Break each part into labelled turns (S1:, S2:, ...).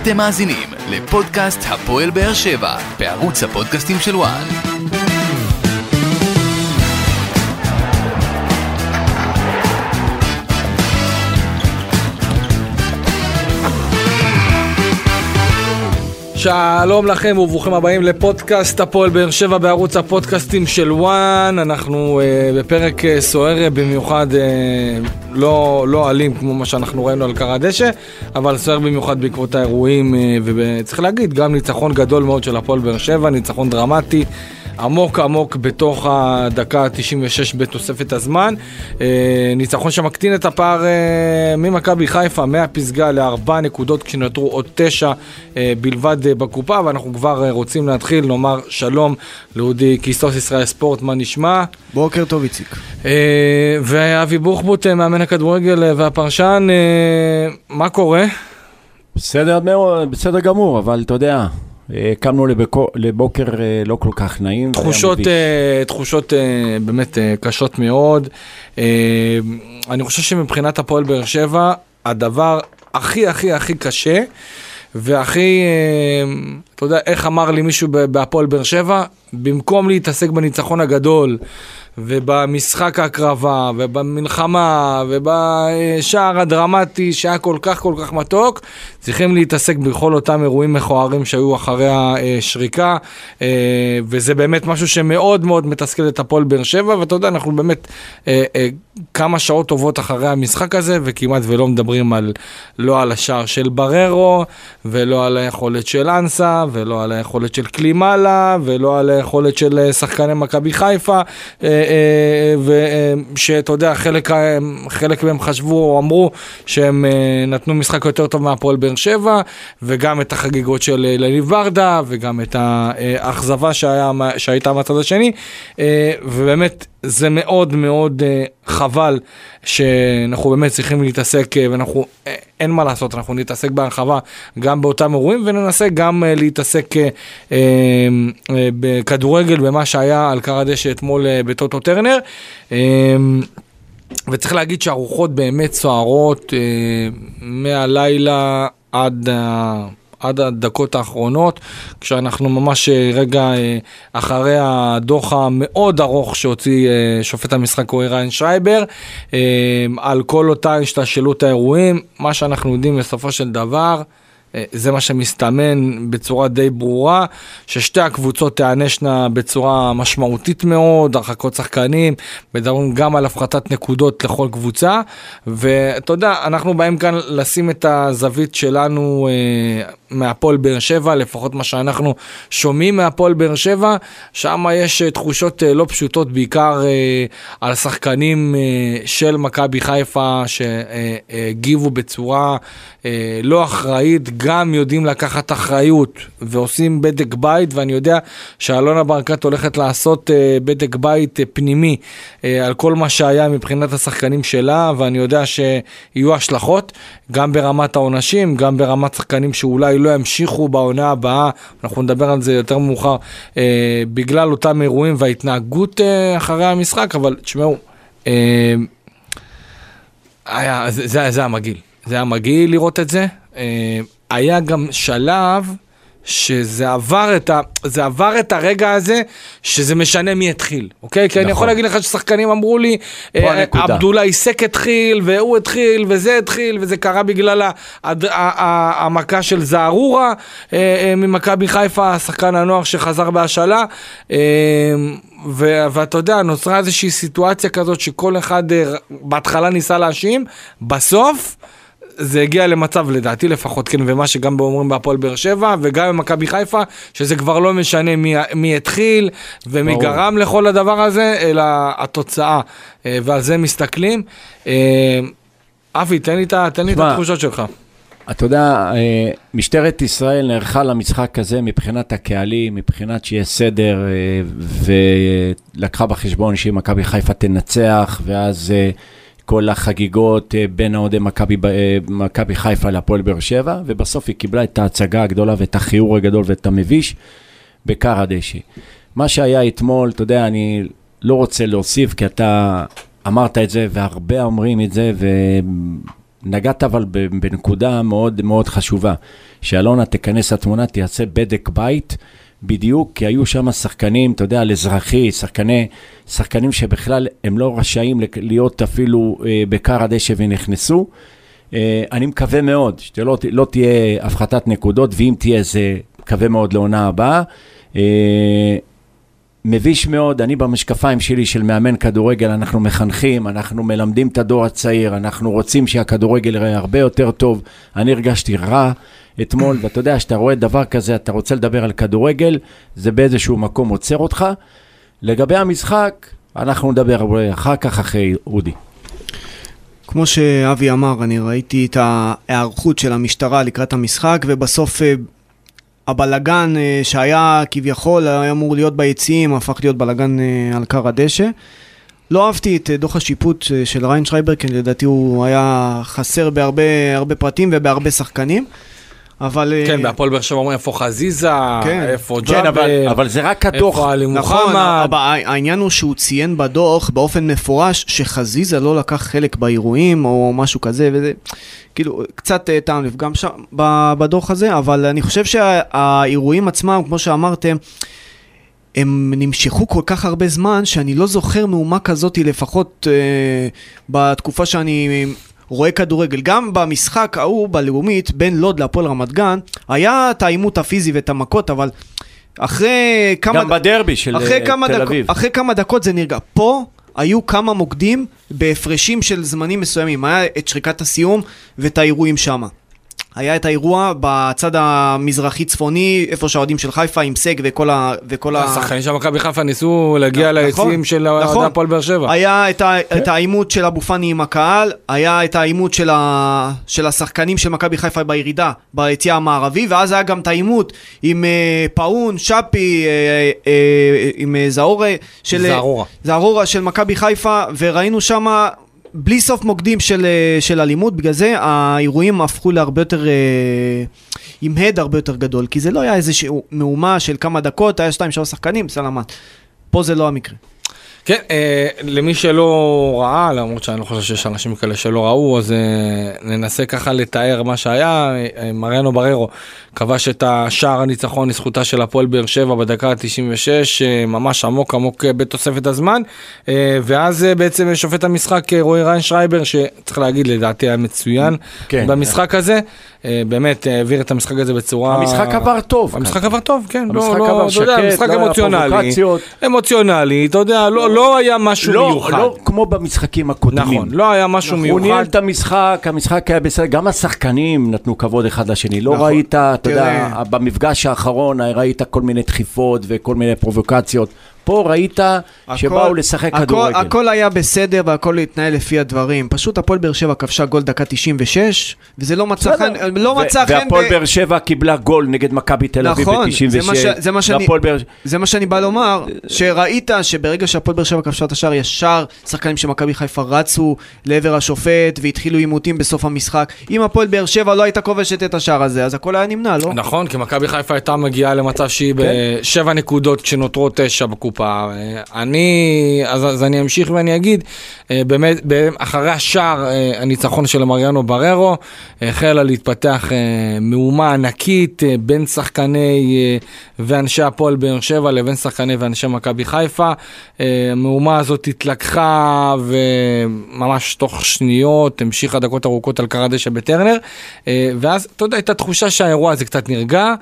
S1: אתם מאזינים לפודקאסט הפועל באר שבע, בערוץ הפודקאסטים של וואן.
S2: שלום לכם וברוכים הבאים לפודקאסט הפועל באר שבע בערוץ הפודקאסטים של וואן. אנחנו בפרק סוער במיוחד, לא אלים כמו מה שאנחנו ראינו על קר הדשא, אבל סוער במיוחד בעקבות האירועים, וצריך להגיד גם ניצחון גדול מאוד של הפועל באר שבע, ניצחון דרמטי עמוק בתוך הדקה 96 בתוספת הזמן, ניצחון שמקטין את הפער ממכבי חיפה מהפסגה ל4 נקודות כשנותרו עוד 9 בלבד בקופה, ואנחנו כבר רוצים להתחיל. נאמר שלום לאודי קיסוס ישראל ספורט, מה נשמע?
S3: בוקר טוב איציק.
S2: ואבי בוחבוט מאמן הכדורגל והפרשן, מה קורה?
S4: בסדר גמור, אבל אתה יודע, קמנו לבוקר לא כל כך נעים.
S2: תחושות באמת קשות מאוד. אני חושב שמבחינת הפועל באר שבע, הדבר הכי קשה, והכי, אתה יודע, איך אמר לי מישהו בהפועל באר שבע, במקום להתעסק בניצחון הגדול, ובמשחק הקרבה, ובמלחמה, ובשער הדרמטי שהיה כל כך מתוק, צריכים להתעסק בכל אותם אירועים מכוערים שהיו אחרי השריקה, וזה באמת משהו שמאוד מאוד מתסכל את הפועל באר שבע, ואתה יודע, אנחנו באמת כמה שעות טובות אחרי המשחק הזה, וכמעט ולא מדברים לא על השער של בררו, ולא על היכולת של אנסה, ולא על היכולת של קלימאלה, ולא על היכולת של שחקני מכבי חיפה, ושאתה יודע, חלק מהם חשבו או אמרו שהם נתנו משחק יותר טוב מהפועל באר שבע, וגם את החגיגות של לניב ברדה, וגם את האכזבה שהייתה מהצד השני, ובאמת זה מאוד מאוד חבל שאנחנו באמת צריכים להתעסק, ואנחנו, אין מה לעשות, אנחנו נתעסק בהרחבה גם באותם אירועים, וננסה גם להתעסק בכדורגל, במה שהיה על קר הדשא אתמול בטוטו טרנר, וצריך להגיד שהרוחות באמת סוערות מהלילה עד הדקות האחרונות, כשאנחנו ממש רגע אחרי הדוח המאוד ארוך שהוציא שופט המשחק ריין שרייבר, על כל אותה השתלשלות האירועים. מה שאנחנו יודעים בסופו של דבר, זה מה שמסתמן בצורה די ברורה, ששתי הקבוצות תענשנה בצורה משמעותית מאוד, הרחקות שחקנים, מדברים גם על הפחתת נקודות לכל קבוצה, ואתה יודע, אנחנו באים כאן לשים את הזווית שלנו מהפועל באר שבע, לפחות מה שאנחנו שומעים מהפועל באר שבע, שם יש תחושות לא פשוטות, בעיקר על שחקנים של מכבי חיפה, שהגיבו בצורה לא אחראית, גם יודעים לקחת אחריות ועושים בדק בית, ואני יודע שאלונה ברקת הולכת לעשות בדק בית פנימי על כל מה שהיה מבחינת השחקנים שלה, ואני יודע שיהיו השלכות גם ברמת העונשים, גם ברמת שחקנים שאולי לא ימשיכו בעונה הבאה, אנחנו נדבר על זה יותר מאוחר, בגלל אותם אירועים וההתנהגות אחרי המשחק, אבל תשמעו, זה המגיל. זה היה מגיע לראות את זה. היה גם שלב שזה עבר את הרגע הזה, שזה משנה מי התחיל, אוקיי? כי אני יכול להגיד לך ששחקנים אמרו לי, עבדולה עיסק התחיל, והוא התחיל, וזה התחיל, וזה קרה בגלל המכה של זערורה, ממכבי חיפה, שחקן הנוער שחזר בהשאלה, ואתה יודע, נוצרה איזושהי סיטואציה כזאת, שכל אחד בהתחלה ניסה להאשים, בסוף, זה הגיע למצב, לדעתי לפחות, כן, ומה שגם אומרים בהפועל באר שבע, וגם במכבי חיפה, שזה כבר לא משנה מי התחיל, ומי גרם לכל הדבר הזה, אלא התוצאה, ועל זה מסתכלים. אבי, תן לי את התחושות שלך.
S4: אתה יודע, משטרת ישראל נערכה למשחק הזה מבחינת הקהלים, מבחינת שיהיה סדר, ולקחה בחשבון שהיא מכבי חיפה תנצח, ואז כל החגיגות בין העודי מכבי חיפה להפועל באר שבע, ובסוף היא קיבלה את ההצגה הגדולה ואת החיור הגדול ואת המביש בקר הדשא. מה שהיה אתמול, אתה יודע, אני לא רוצה להוסיף, כי אתה אמרת את זה, והרבה אומרים את זה, נגעת אבל בנקודה מאוד מאוד חשובה, שאלונה תיכנס לתמונה, תייצא בדק בית, בדיוק, כי היו שם שחקנים, אתה יודע, על אזרחי, שחקנים שבכלל הם לא רשאים להיות אפילו בקר הדשא ונכנסו. אני מקווה מאוד שלא תהיה הפחתת נקודות, ואם תהיה זה מקווה מאוד לעונה הבאה. מביש מאוד, אני במשקפיים שלי של מאמן כדורגל, אנחנו מחנכים, אנחנו מלמדים את הדור הצעיר, אנחנו רוצים שהכדורגל יראה הרבה יותר טוב. אני הרגשתי רע אתמול, ואתה יודע, שאתה רואה דבר כזה, אתה רוצה לדבר על כדורגל, זה באיזשהו מקום עוצר אותך. לגבי המשחק, אנחנו נדבר אחר כך אחרי אודי.
S3: כמו שאבי אמר, אני ראיתי את ההיערכות של המשטרה לקראת המשחק, ובסוף הבלגן שהיה כביכול, היה אמור להיות ביציעים, הפך להיות בלגן על קר הדשא. לא אהבתי את דוח השיפוט של ריין שרייבר, כי לדעתי הוא היה חסר בהרבה פרטים ובהרבה שחקנים. אבל
S2: כן, בהפועל באר שבע אומרים איפה חזיזה, איפה
S4: ג'אבר, אבל זה רק הדוח.
S2: איפה עלי
S3: נכון,
S2: מוחמד.
S3: העניין הוא שהוא ציין בדוח באופן מפורש שחזיזה לא לקח חלק באירועים או משהו כזה, וזה כאילו קצת טעם לפגם שם בדוח הזה, אבל אני חושב שהאירועים עצמם, כמו שאמרתם, הם נמשכו כל כך הרבה זמן שאני לא זוכר מאומה כזאת, לפחות בתקופה שאני רואה כדורגל. גם במשחק ההוא בלאומית בין לוד להפועל רמת גן היה את האימות הפיזי ואת המכות, אבל אחרי כמה
S4: גם בדרבי של תל אביב,
S3: אחרי כמה דקות זה נרגע. פה היו כמה מוקדים בהפרשים של זמנים מסוימים. היה את שריקת הסיום ואת האירועים שם. היה את האירוע בצד המזרחי צפוני, איפה שהאוהדים של חיפה עם סג וכל
S2: השחקנים של מכבי חיפה ניסו להגיע ליציעים של אוהדי הפועל באר שבע.
S3: היה את האימות של אבו פאני עם הקהל, היה את האימות של השחקנים של מכבי חיפה בירידה, ביציע המערבי, ואז היה גם את האימות עם פאון, שפי, עם זערורה של מכבי חיפה, וראינו שם בלי סוף מוקדים של אלימות. בגלל זה האירועים הפכו להרבה יותר עם הד הרבה יותר גדול, כי זה לא היה איזושהי מהומה של כמה דקות, היה 2-3 שחקנים, סלמת. פה זה לא המקרה.
S2: כן, למי שלא ראה, למרות שאני לא חושב שיש אנשים כאלה שלא ראו, אז ננסה ככה לתאר מה שהיה. מריאנו בררו כבש את השער הניצחון לזכותה של הפועל באר שבע בדקה ה-96, ממש עמוק בתוספת הזמן, ואז בעצם שופט המשחק רועי ריין שרייבר, שצריך להגיד לדעתי היה מצוין במשחק הזה, באמת העביר את המשחק הזה בצורה...
S4: המשחק עבר טוב.
S2: המשחק עבר טוב, כן.
S4: המשחק עבר שקט,
S2: המשחק אמוציונלי, אתה יודע, לא היה משהו מיוחד.
S4: לא כמו במשחקים הקודמים.
S2: נכון, לא היה משהו מיוחד.
S4: הוא ניהל את המשחק היה בסדר, גם השחקנים נתנו כבוד אחד לשני. לא ראית, אתה יודע, במפגש האחרון ראית כל מיני דחיפות וכל מיני פרובוקציות. פה ראית שבאו לשחק כדורגל.
S3: הכל היה בסדר והכל התנהל לפי הדברים. פשוט הפועל באר שבע כבשה גול דקה 96, וזה לא מצא חן.
S4: והפועל באר שבע קיבלה גול נגד מכבי תל אביב ב-96.
S3: זה מה שאני בא לומר, שראית שברגע שהפועל באר שבע כבשה את השער, ישר שחקנים של מכבי חיפה רצו לעבר השופט והתחילו עימותים בסוף המשחק. אם הפועל באר שבע לא הייתה כובשת את השער הזה, אז הכל היה נמנע, לא?
S2: נכון, כי מכבי חיפה הייתה מגיעה למצב שהיא ב7 נקודות כשנותרות 9 בקופה. אז אני אמשיך ואני אגיד, באמת, אחרי השער הניצחון של מריאנו בררו, החלה להתפתח מהומה ענקית בין שחקני ואנשי הפועל באר שבע לבין שחקני ואנשי מכבי חיפה. המהומה הזאת התלקחה וממש תוך שניות המשיכה דקות ארוכות על קר הדשא בטרנר, ואז אתה יודע, הייתה תחושה שהאירוע הזה קצת נרגע.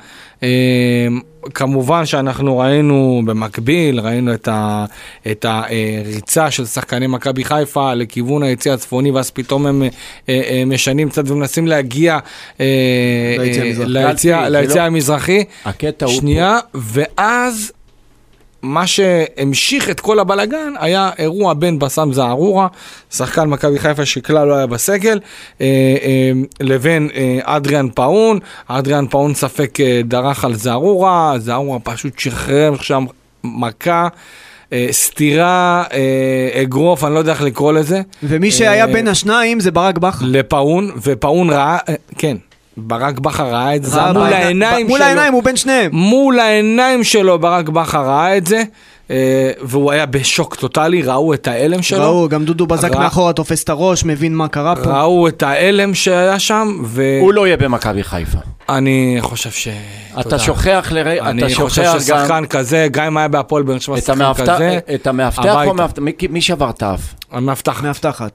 S2: כמובן שאנחנו ראינו במקביל, ראינו את הריצה של שחקני מכבי חיפה לכיוון היציע הצפוני, ואז פתאום הם משנים קצת ומנסים להגיע ליציע המזרחי. שנייה, ואז מה שהמשיך את כל הבלגן היה אירוע בין בסם זערורה, שחקן מכבי חיפה שכלל לא היה בסגל, לבין אדריאן פאון. אדריאן פאון ספק דרך על זערורה, זערורה פשוט שחרר שם מכה, סתירה, אגרוף, אני לא יודע איך לקרוא לזה.
S3: ומי שהיה בין השניים זה ברק בכר.
S2: לפאון, ופאון ראה, כן. ברק בכר ראה את זה מול העיניים שלו.
S3: מול העיניים, הוא בין שניהם.
S2: מול העיניים שלו ברק בכר ראה את זה, והוא היה בשוק טוטלי, ראו את האלם שלו.
S3: ראו, גם דודו בזק מאחורה תופס את הראש, מבין מה קרה פה.
S2: ראו את האלם שהיה שם,
S4: הוא לא יהיה במכבי חיפה.
S2: אני חושב ש...
S4: אתה שוכח לרגע,
S2: אני חושב ששחקן כזה, גם אם היה בהפועל באר שבע שחקן כזה,
S4: את המאבטח או מי שבר את האף?
S2: מאבטחת,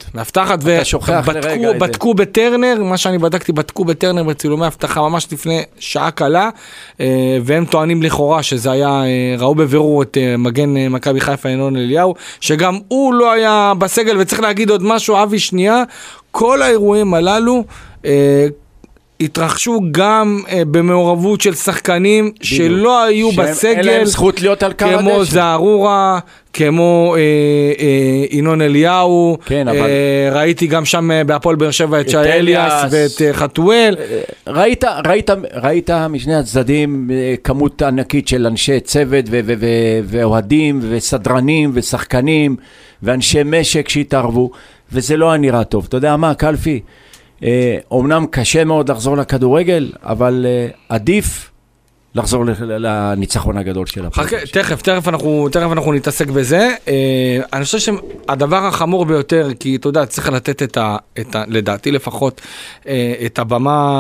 S2: ובדקו בטרנר, מה שאני בדקתי, בדקו בטרנר בצילומי הבטחה ממש לפני שעה קלה, והם טוענים לכאורה שזה היה, ראו בבירור את מגן מכבי חיפה ינון אליהו, שגם הוא לא היה בסגל, וצריך להגיד עוד משהו, אבי שנייה, כל האירועים הללו, התרחשו גם במעורבות של שחקנים שלא היו בסגל,
S4: אין להם זכות להיות על קו הדשא.
S2: כמו זערורה, כמו ינון אליהו,
S4: כן, אבל...
S2: ראיתי גם שם בהפועל באר שבע את שי אליאס ואת חתואל.
S4: ראית משני הצדדים כמות ענקית של אנשי צוות ואוהדים וסדרנים ושחקנים ואנשי משק שהתערבו, וזה לא היה נראה טוב. אתה יודע מה, קלפי? אומנם קשה מאוד לחזור לכדורגל, אבל עדיף לחזור לניצחון הגדול של הפועל.
S2: תכף אנחנו נתעסק בזה. אני חושב שהדבר החמור ביותר, כי אתה יודע, צריך לתת לדעתי לפחות, את הבמה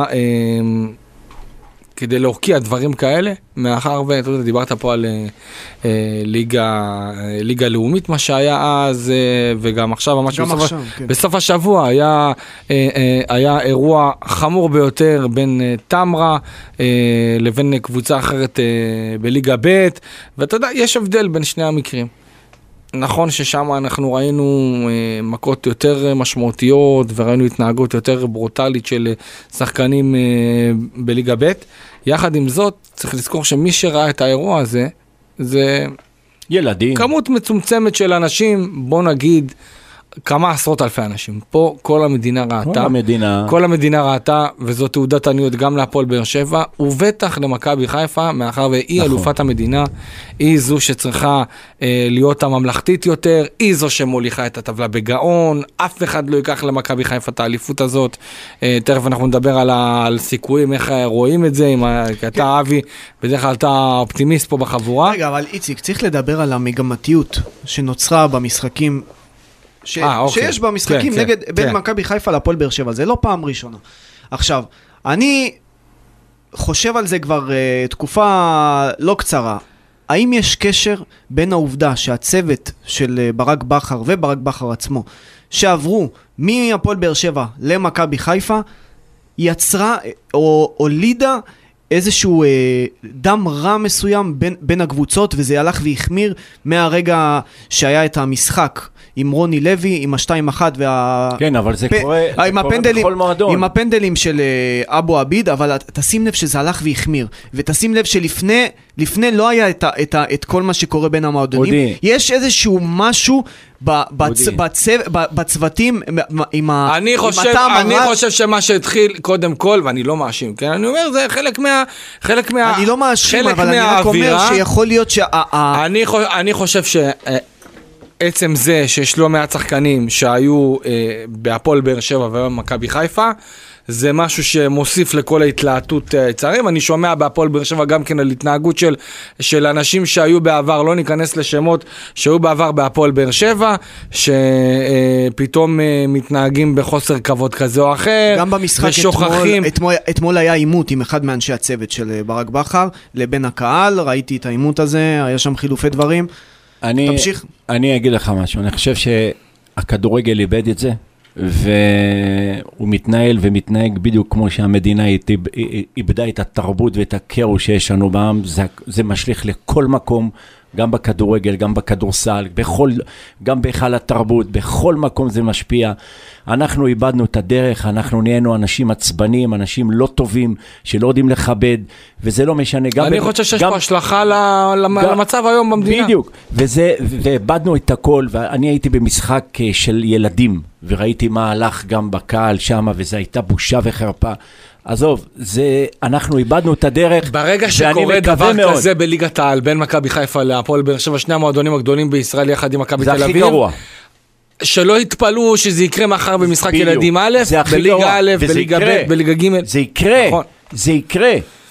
S2: כדי להוקיע דברים כאלה, מאחר ואתה יודע, דיברת פה על ליגה לאומית, מה שהיה אז, וגם עכשיו, ממש בסוף השבוע, היה אירוע חמור ביותר בין תמרה לבין קבוצה אחרת בליגה ב', ואתה יודע, יש הבדל בין שני המקרים. נכון ששם אנחנו ראינו מכות יותר משמעותיות וראינו התנהגות יותר ברוטלית של שחקנים בליגה ב'. יחד עם זאת, צריך לזכור שמי שראה את האירוע הזה, זה
S4: ילדים.
S2: כמות מצומצמת של אנשים, בוא נגיד, כמה עשרות אלפי אנשים. פה כל המדינה ראתה. כל המדינה ראתה, וזו תעודת עניות גם להפועל באר שבע, ובטח למכבי חיפה, מאחר והיא אלופת המדינה, היא זו שצריכה להיות הממלכתית יותר, היא זו שמוליכה את הטבלה בגאון, אף אחד לא ייקח למכבי חיפה את האליפות הזאת. תכף אנחנו נדבר על סיכויים, איך רואים את זה, אתה אבי, בדרך כלל אתה אופטימיסט פה בחבורה.
S3: רגע, אבל איציק, צריך לדבר על המגמתיות שנוצרה במשחקים שיש במשחקים נגד בין מכבי חיפה להפועל באר שבע, זה לא פעם ראשונה. עכשיו, אני חושב על זה כבר תקופה לא קצרה. האם יש קשר בין העובדה שהצוות של ברק בכר וברק בכר עצמו, שעברו מהפועל באר שבע למכבי חיפה, יצרה או הולידה איזשהו דם רע מסוים בין הקבוצות, וזה הלך והחמיר מהרגע שהיה את המשחק עם רוני לוי, עם ה-2-1
S4: כן, אבל זה קורה בכל מועדון.
S3: עם הפנדלים של אבו עביד, אבל תשים לב שזה הלך והחמיר, ותשים לב שלפני לא היה את כל מה שקורה בין המועדונים. יש איזשהו משהו בצוותים עם הטעם הרע.
S2: אני חושב שמה שהתחיל קודם כל, ואני לא מאשים, כן? אני אומר, זה חלק מה...
S3: אני לא מאשים, אבל אני רק אומר שיכול להיות
S2: אני חושב עצם זה שיש לא מעט שחקנים שהיו בהפועל באר שבע ובמכבי חיפה, זה משהו שמוסיף לכל ההתלהטות צערים. אני שומע בהפועל באר שבע גם כן על התנהגות של אנשים שהיו בעבר, לא ניכנס לשמות, שהיו בעבר בהפועל באר שבע, שפתאום מתנהגים בחוסר כבוד כזה או אחר.
S3: גם במשחק אתמול היה עימות עם אחד מאנשי הצוות של ברק בכר, לבין הקהל, ראיתי את העימות הזה, היה שם חילופי דברים. תמשיך.
S4: אני אגיד לך משהו, אני חושב שהכדורגל איבד את זה, והוא מתנהל ומתנהג בדיוק כמו שהמדינה איבדה את התרבות ואת הקרו שיש לנו בעם, זה משליך לכל מקום, גם בכדורגל, גם בכדורסל, גם בהיכל התרבות, בכל מקום זה משפיע. אנחנו איבדנו את הדרך, אנחנו נהיינו אנשים עצבנים, אנשים לא טובים, שלא יודעים לכבד, וזה לא משנה.
S2: אני חושב שיש פה השלכה למצב היום במדינה.
S4: בדיוק, ואיבדנו את הכל, ואני הייתי במשחק של ילדים, וראיתי מה הלך גם בקהל שם, וזה הייתה בושה וחרפה. עזוב, אנחנו איבדנו את הדרך.
S2: ברגע שקורה דבר כזה בליגת העל, בין מכבי חיפה להפועל באר שבע, שני המועדונים הגדולים בישראל יחד עם מכבי תל אביב.
S4: זה הכי גרוע.
S2: שלא יתפלאו שזה יקרה מחר במשחק ילדים א', בליגה א', בליגה ב', בליגה ג'.
S4: זה יקרה, זה יקרה.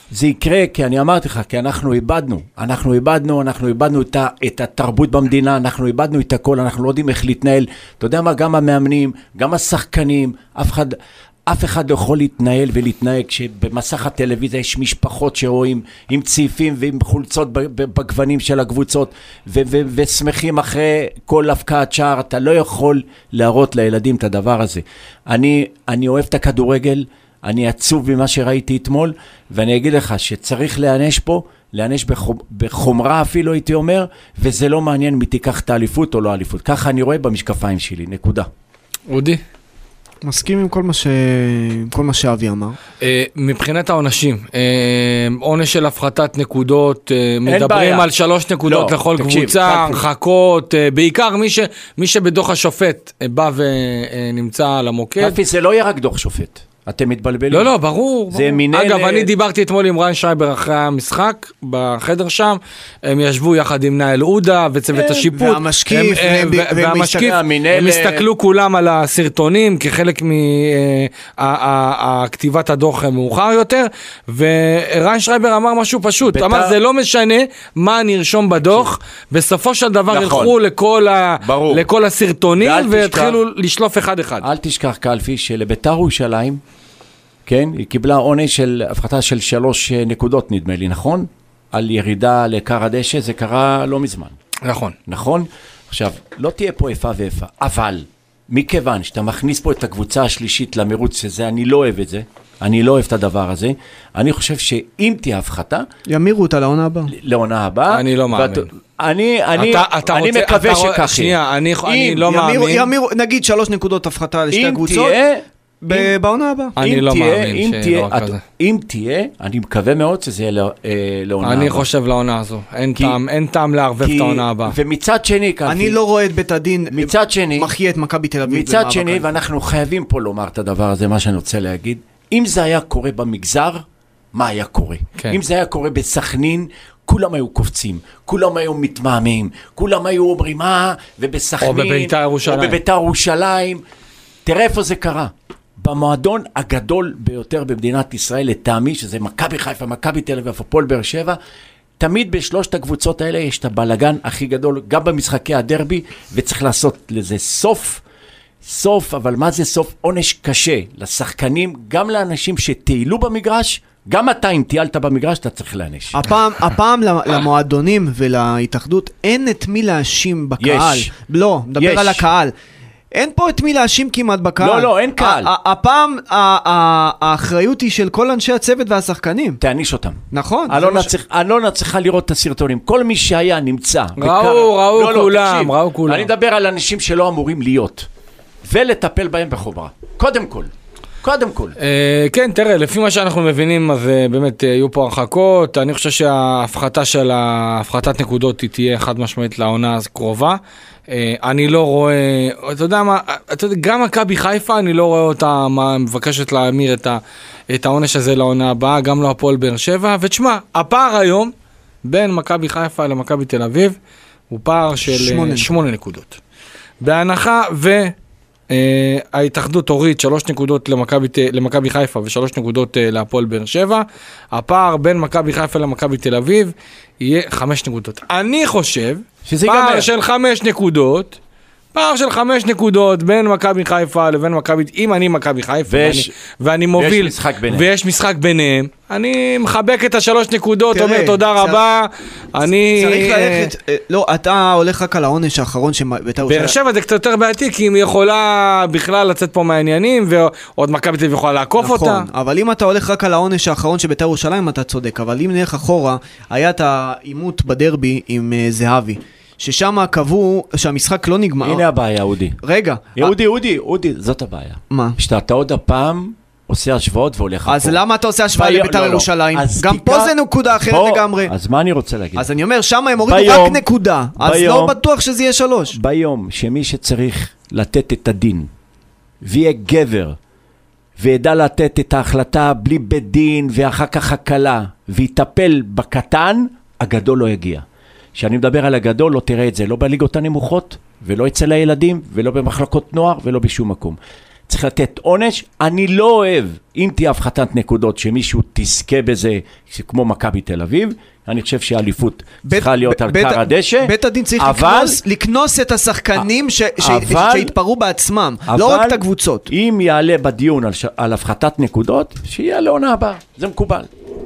S4: זה יקרה, כי אני אמרתי לך, כי אנחנו איבדנו את התרבות במדינה, אנחנו איבדנו את הכל, אנחנו לא יודעים איך להתנהל. אתה יודע מה, גם המאמנים, גם השחקנים, אף אחד לא יכול להתנהל ולהתנהג, כשבמסך הטלוויזיה יש משפחות שרואים עם צעיפים ועם חולצות בגוונים של הקבוצות, ושמחים אחרי כל הפקעת שער. אתה לא יכול להראות לילדים את הדבר הזה. אני אוהב את הכדורגל, אני עצוב ממה שראיתי אתמול, ואני אגיד לך שצריך להענש בחומרה אפילו, הייתי אומר, וזה לא מעניין מי תיקח את האליפות או לא האליפות. ככה אני רואה במשקפיים שלי, נקודה.
S2: אודי?
S3: מסכים עם כל מה שאבי אמר.
S2: מבחינת העונשים, עונש של הפחתת נקודות, מדברים על 3 נקודות לכל קבוצה, הרחקות, בעיקר מי שבדוח השופט בא ונמצא על המוקד.
S4: קלפי, זה לא יהיה רק דוח שופט. אתם מתבלבלים.
S2: לא, ברור. אגב, אני דיברתי אתמול עם ריין שרייבר אחרי המשחק, בחדר שם, הם ישבו יחד עם נאל עודה וצוות השיפוט.
S3: והמשקיף.
S2: הם הסתכלו כולם על הסרטונים, כחלק מכתיבת הדוח מאוחר יותר, וריין שרייבר אמר משהו פשוט, אמר, זה לא משנה מה נרשום בדוח, בסופו של דבר ילכו לכל הסרטונים, והתחילו לשלוף אחד-אחד.
S4: אל תשכח, קלפי, שלבית"ר ירושלים, כן, היא קיבלה עונש של הפחתה של 3 נקודות, נדמה לי, נכון? על ירידה לקר הדשא, זה קרה לא מזמן. נכון? עכשיו, לא תהיה פה איפה ואיפה, אבל מכיוון שאתה מכניס פה את הקבוצה השלישית למרוץ, שזה, אני לא אוהב את זה, אני לא אוהב את הדבר הזה, אני חושב שאם תהיה הפחתה,
S3: ימירו אותה לעונה הבאה.
S2: אני לא מאמין.
S4: אני מקווה שכך.
S2: שנייה, אני לא מאמין.
S3: ימירו, נגיד 3 נקודות הפחתה לשתי הקבוצות. בעונה הבאה.
S2: אני לא מאמין שיהיה דבר כזה.
S4: אם תהיה, אני מקווה מאוד שזה יהיה לעונה הבאה.
S2: אני חושב לעונה הזו. אין טעם לערבב את העונה הבאה.
S4: ומצד שני,
S3: אני לא רואה את בית הדין מחיה את מכבי תל אביב.
S4: מצד שני, ואנחנו חייבים פה לומר את הדבר הזה, מה שאני רוצה להגיד, אם זה היה קורה במגזר, מה היה קורה? אם זה היה קורה בסכנין, כולם היו קופצים, כולם היו מתמהמים, כולם היו אומרים ובסכנין, או בבית"ר ירושלים. תראה איפה זה קרה. במועדון הגדול ביותר במדינת ישראל, לטעמי, שזה מכבי חיפה, מכבי תל אביב, הפועל באר שבע, תמיד בשלושת הקבוצות האלה יש את הבלגן הכי גדול, גם במשחקי הדרבי, וצריך לעשות לזה סוף, אבל מה זה סוף? עונש קשה לשחקנים, גם לאנשים שטיילו במגרש, גם אתה אם טיילת במגרש, אתה צריך להעניש.
S3: הפעם למועדונים ולהתאחדות, אין את מי להאשים בקהל. לא, מדבר על הקהל. אין פה את מי להאשים כמעט בקהל.
S4: לא, אין קהל.
S3: הפעם האחריות היא של כל אנשי הצוות והשחקנים.
S4: תעניש אותם.
S3: נכון.
S4: אלונה צריכה לראות את הסרטונים. כל מי שהיה נמצא.
S2: ראו כולם.
S4: אני מדבר על אנשים שלא אמורים להיות. ולטפל בהם בחומרה. קודם כל.
S2: כן, תראה, לפי מה שאנחנו מבינים, אז באמת יהיו פה הרחקות. אני חושב שההפחתה של הפחתת נקודות היא תהיה חד משמעית לעונה הקרובה. אני לא רואה, אתה יודע מה, גם מכבי חיפה, אני לא רואה אותה מבקשת להמיר את העונש הזה לעונה הבאה, גם לא הפועל באר שבע, ותשמע, הפער היום בין מכבי חיפה למכבי תל אביב, הוא פער של 8 נקודות. בהנחה ההתאחדות הוריד 3 נקודות למכבי חיפה ו3 נקודות להפועל באר שבע, הפער בין מכבי חיפה למכבי תל אביב יהיה 5 נקודות. אני חושב פער של 5 נקודות בין מכבי חיפה לבין מכבי, אם אני מכבי חיפה ואני מוביל ויש משחק ביניהם, אני מחבק את 3 נקודות, אומר תודה רבה.
S3: צריך ללכת, לא, אתה הולך רק על העונש האחרון
S2: באר שבע זה קצת יותר בעייתי, כי היא יכולה בכלל לצאת פה מהעניינים, ועוד מכבי תל אביב יכולה לעקוף אותה.
S3: אבל אם אתה הולך רק על העונש האחרון שבית"ר ירושלים, אתה צודק, אבל אם נלך אחורה, היה את העימות בדרבי עם זהבי, ששם קבעו שהמשחק לא נגמר.
S4: הנה הבעיה, אודי.
S3: רגע.
S4: אודי, זאת הבעיה.
S3: מה?
S4: שאתה עוד הפעם עושה השוואות והולך אחורה.
S3: אז למה אתה עושה השוואה לבית"ר ירושלים? גם פה זה נקודה אחרת לגמרי.
S4: אז מה אני רוצה להגיד?
S3: אז אני אומר, שם הם הורידו רק נקודה. אז לא בטוח שזה יהיה 3.
S4: ביום שמי שצריך לתת את הדין, ויהיה גבר, וידע לתת את ההחלטה בלי בית דין, ואחר כך הקלה, ויטפל בקטן, הגדול לא יגיע. כשאני מדבר על הגדול, לא תראה את זה, לא בליגות הנמוכות, ולא אצל הילדים, ולא במחלקות נוער, ולא בשום מקום. צריך לתת עונש. אני לא אוהב, אם תהיה הפחתת נקודות, שמישהו תזכה בזה, כמו מכבי תל אביב, אני חושב שהאליפות צריכה להיות על קר הדשא.
S3: בית הדין צריך לקנוס את השחקנים שהתפרו בעצמם, לא רק את הקבוצות.
S4: אם יעלה בדיון על הפחתת נקודות, שיהיה לעונה הבאה, זה מקובל.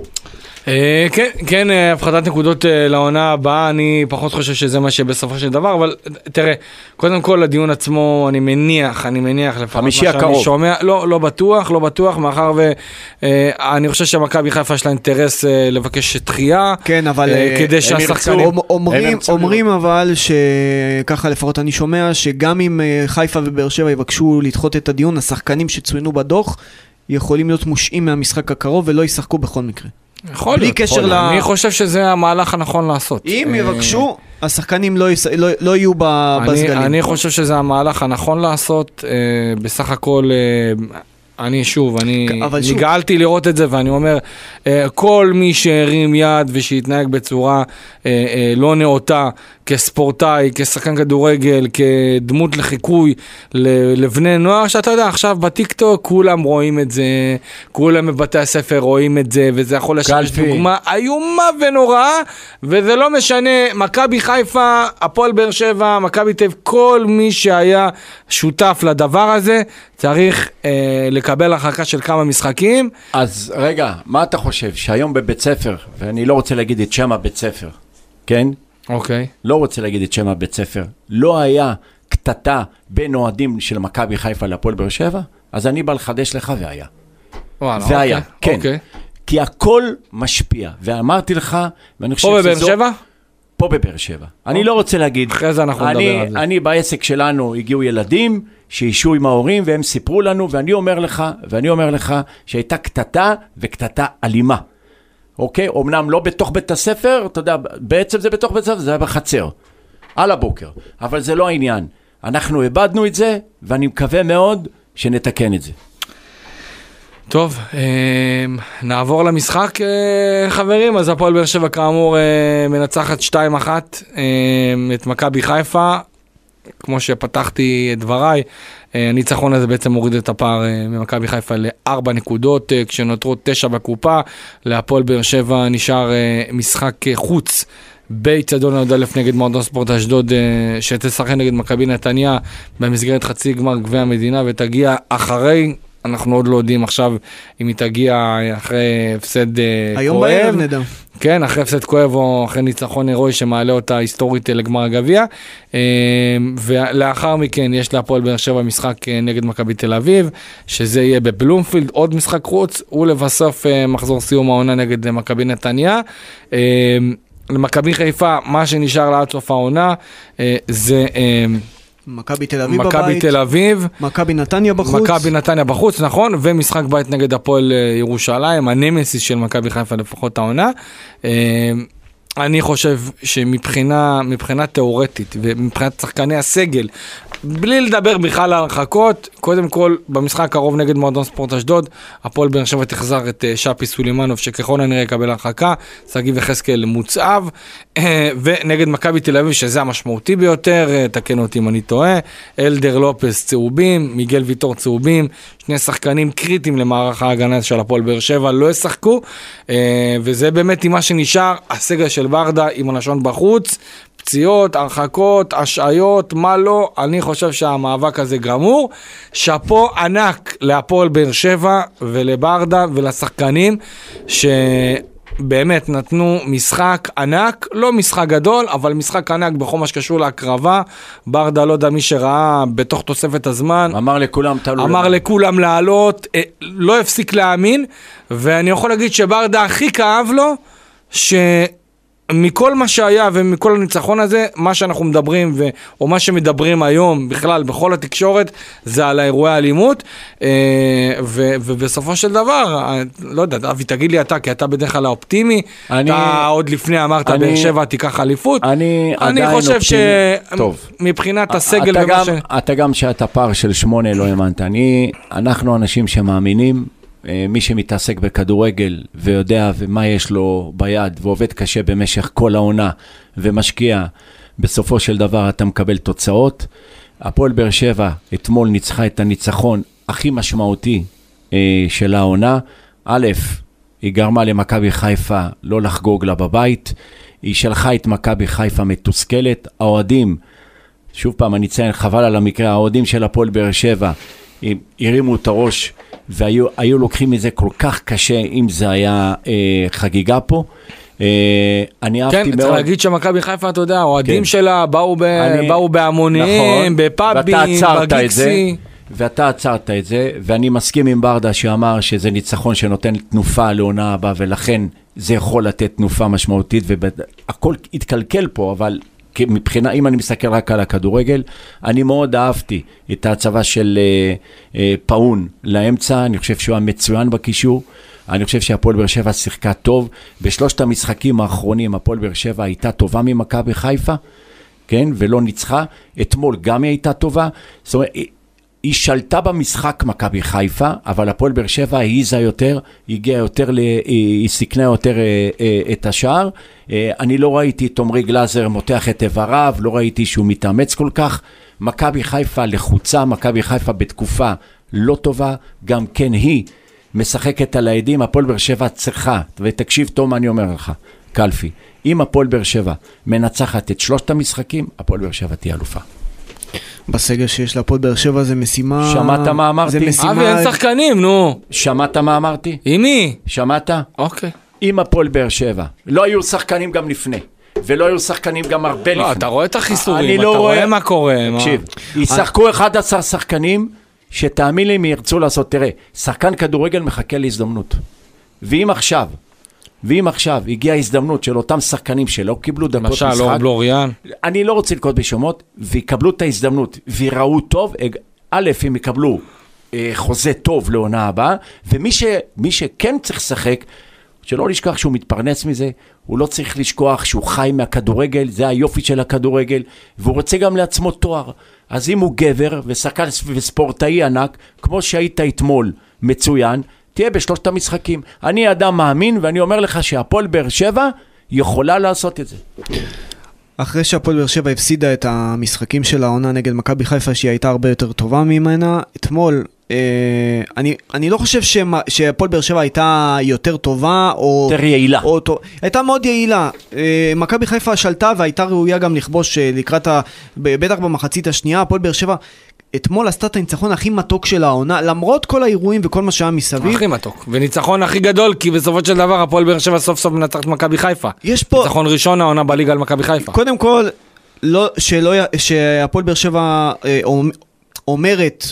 S2: כן, הפחתת נקודות לעונה הבאה, אני פחות חושב שזה מה שבסופו של דבר, אבל תראה, קודם כל לדיון עצמו, אני מניח לפחות מה שאני שומע, לא בטוח, מאחר ואני חושב שמכבי חיפה יש לה אינטרס לבקש דחייה,
S3: כן, אבל
S2: כדי שהשחקנים...
S3: אומרים אבל שככה לפחות אני שומע, שגם אם חיפה ובאר שבע יבקשו לדחות את הדיון, השחקנים שצוינו בדוח, יכולים להיות מושעים מהמשחק הקרוב ולא ישחקו בכל מקרה.
S2: בלי קשר אני חושב שזה המהלך הנכון לעשות.
S3: אם יבקשו, השחקנים לא יהיו בסגלים.
S2: אני חושב שזה המהלך הנכון לעשות. בסך הכל, אני נגעלתי לראות את זה, ואני אומר, כל מי שהרים יד ושיתנהג בצורה לא נאותה, כספורטאי, כשחקן כדורגל, כדמות לחיקוי לבני נוער, שאתה יודע, עכשיו בטיקטוק כולם רואים את זה, כולם בבתי הספר רואים את זה, וזה יכול לשמש דוגמה איומה ונוראה, וזה לא משנה, מכבי חיפה, הפועל באר שבע, מכבי תל אביב, כל מי שהיה שותף לדבר הזה, צריך לקבל הרחקה של כמה משחקים.
S4: אז רגע, מה אתה חושב? שהיום בבית ספר, ואני לא רוצה להגיד את שם הבית ספר, כן?
S2: אוקיי.
S4: לא רוצה להגיד את שם הבית ספר. לא היה קטטה בין אוהדים של מכבי חיפה להפועל באר שבע, אז אני בא לחדש לך והיה.
S2: וואלה,
S4: זה היה, כן.
S2: אוקיי.
S4: כי הכל משפיע, ואמרתי לך, ואני חושב
S2: פה בבאר שבע?
S4: פה בבאר שבע. אני לא רוצה להגיד,
S2: אחרי זה אנחנו נדבר על זה.
S4: אני בעסק שלנו הגיעו ילדים שישו עם ההורים והם סיפרו לנו, ואני אומר לך שהייתה קטטה וקטטה אלימה. אוקיי? אמנם לא בתוך בית הספר, אתה יודע, בעצם זה בתוך בית הספר, זה היה בחצר, על הבוקר. אבל זה לא העניין. אנחנו איבדנו את זה, ואני מקווה מאוד שנתקן את זה.
S2: טוב, נעבור למשחק, חברים. אז הפועל באר שבע כאמור מנצחת 2-1 את מכבי חיפה. כמו שפתחתי את דבריי, הניצחון הזה בעצם מוריד את הפער ממכבי חיפה ל4 נקודות, כשנותרו 9 בקופה. להפועל באר שבע נשאר משחק חוץ באצטדיון י"א נגד מועדון ספורט אשדוד, שתשחק נגד מכבי נתניה במסגרת חצי גמר גביע המדינה, ותגיע אחרי, אנחנו עוד לא יודעים עכשיו אם היא תגיע אחרי הפסד כואב.
S3: היום בערב נדע.
S2: כן, אחרי הפסד כואב או אחרי ניצחון הירואי שמעלה אותה היסטורית לגמר הגביע. ולאחר מכן יש להפועל באר שבע משחק נגד מכבי תל אביב, שזה יהיה בבלומפילד, עוד משחק חוץ, ולבסוף מחזור סיום העונה נגד מכבי נתניה. למכבי חיפה, מה שנשאר לה עד סוף העונה, זה...
S3: מכבי תל אביב בבית,
S2: מכבי תל אביב,
S3: מכבי נתניה בחוץ.
S2: מכבי נתניה בחוץ, נכון, ומשחק בית נגד הפועל ירושלים, הנמסיס של מכבי חיפה לפחות העונה. אני חושב שמבחינה תיאורטית ומבחינת שחקני הסגל, בלי לדבר בכלל על הרחקות, קודם כל במשחק הקרוב נגד מועדון ספורט אשדוד, הפועל באר שבע תחזר את שפי סולימנוב שככל הנראה יקבל הרחקה, שגיב יחזקאל מוצב, ונגד מכבי תל אביב שזה המשמעותי ביותר, תקן אותי אם אני טועה, אלדר לופס צהובים, מיגל ויטור צהובים, שני שחקנים קריטיים למערך ההגנה של הפועל באר שבע לא ישחקו, וזה באמת עם מה שנשאר, הסגל של ברדה עם הלשון בחוץ, פציעות, הרחקות, השעיות, מה לא, אני חושב שהמאבק הזה גמור. שפו ענק להפועל באר שבע ולברדה ולשחקנים שבאמת נתנו משחק ענק, לא משחק גדול, אבל משחק ענק בכל מה שקשור להקרבה. ברדה, לא יודע מי שראה בתוך תוספת הזמן, אמר לכולם לעלות, לא הפסיק להאמין, ואני יכול להגיד שברדה הכי כאב לו מכל מה שהיה ומכל הניצחון הזה, מה שאנחנו מדברים או מה שמדברים היום בכלל בכל התקשורת זה על האירועי האלימות, ובסופו של דבר, לא יודע, אבי תגיד לי אתה, כי אתה בדרך כלל האופטימי, אתה עוד לפני אמרת באר שבע תיקח אליפות, אני חושב שמבחינת הסגל
S4: אתה גם שאתה פער של 8 לא האמנת, אנחנו אנשים שמאמינים, מי שמתעסק בכדורגל ויודע ומה יש לו ביד ועובד קשה במשך כל העונה ומשקיע, בסופו של דבר אתה מקבל תוצאות. הפועל באר שבע אתמול ניצחה את הניצחון הכי משמעותי של העונה. א', היא גרמה למכבי חיפה לא לחגוג לה בבית, היא שלחה את מכבי חיפה מתוסכלת, האוהדים, שוב פעם אני ציין, חבל על המקרה, האוהדים של הפועל באר שבע, הרימו את הראש, והיו לוקחים מזה כל כך קשה, אם זה היה חגיגה פה. אני אהבתי מאוד.
S2: כן, צריך להגיד שמכבי חיפה, אתה יודע, האוהדים שלה באו בהמוניהם, בפאבים, בגיקסי.
S4: ואתה עצרת את זה, ואני מסכים עם ברדה שאמר שזה ניצחון שנותן תנופה לעונה הבאה, ולכן זה יכול לתת תנופה משמעותית, והכל התקלקל פה, אבל מבחינה, אם אני מסתכל רק על הכדורגל, אני מאוד אהבתי את ההצבה של פאון לאמצע, אני חושב שהוא היה מצוין בקישור, אני חושב שהפועל באר שבע שיחקה טוב, בשלושת המשחקים האחרונים הפועל באר שבע הייתה טובה ממכבי חיפה, כן, ולא ניצחה, אתמול גם היא הייתה טובה, זאת אומרת, היא שלטה במשחק מכבי חיפה, אבל הפועל באר שבע העיזה יותר, הגיעה יותר, היא סיכנה יותר את השער. אני לא ראיתי את עומרי גלאזר מותח את איבריו, לא ראיתי שהוא מתאמץ כל כך. מכבי חיפה לחוצה, מכבי חיפה בתקופה לא טובה, גם כן היא משחקת על העדים, הפועל באר שבע צריכה, ותקשיב טוב מה אני אומר לך, קלפי, אם הפועל באר שבע מנצחת את שלושת המשחקים, הפועל באר שבע תהיה אלופה.
S3: בסגל שיש להפועל באר שבע זה משימה...
S4: שמעת מה אמרתי?
S3: זה משימה...
S2: אבי, אין שחקנים, נו.
S4: שמעת מה אמרתי?
S2: עם מי?
S4: שמעת?
S2: אוקיי.
S4: עם הפועל באר שבע. לא היו שחקנים גם לפני. ולא היו שחקנים גם הרבה לפני.
S2: לא, אתה רואה את החיסורים,
S4: אתה
S2: רואה מה קורה.
S4: תקשיב, ישחקו 11 שחקנים שתאמין לי הם ירצו לעשות. תראה, שחקן כדורגל מחכה להזדמנות. ואם עכשיו הגיעה הזדמנות של אותם שחקנים שלא קיבלו דקות משחק,
S2: למשל, בלוריאן.
S4: אני לא רוצה לקרוא בשמות, ויקבלו את ההזדמנות, ויראו טוב, א', הם יקבלו חוזה טוב לעונה הבאה, ומי שכן צריך לשחק, שלא לשכוח שהוא מתפרנס מזה, הוא לא צריך לשכוח שהוא חי מהכדורגל, זה היופי של הכדורגל, והוא רוצה גם לעצמו תואר. אז אם הוא גבר ושחקן וספורטאי ענק, כמו שהיית אתמול מצוין, תהיה בשלושת המשחקים. אני אדם מאמין, ואני אומר לך שהפועל באר שבע יכולה לעשות את זה.
S3: אחרי שהפועל באר שבע הפסידה את המשחקים של העונה נגד מכבי חיפה, שהיא הייתה הרבה יותר טובה ממנה, אתמול, אני לא חושב שהפועל באר שבע הייתה יותר טובה, או...
S4: יותר יעילה.
S3: הייתה מאוד יעילה. מכבי חיפה שלטה, והייתה ראויה גם לכבוש לקראת, בטח במחצית השנייה, הפועל באר שבע... אתמול עשתה את הניצחון הכי מתוק של העונה, למרות כל האירועים וכל מה שהיה מסביב.
S2: הכי מתוק. וניצחון הכי גדול, כי בסופו של דבר הפועל באר שבע סוף סוף מנצחת מכבי חיפה.
S3: יש פה...
S2: ניצחון ראשון העונה בליגה על מכבי חיפה.
S3: קודם כל, שהפועל באר שבע אומרת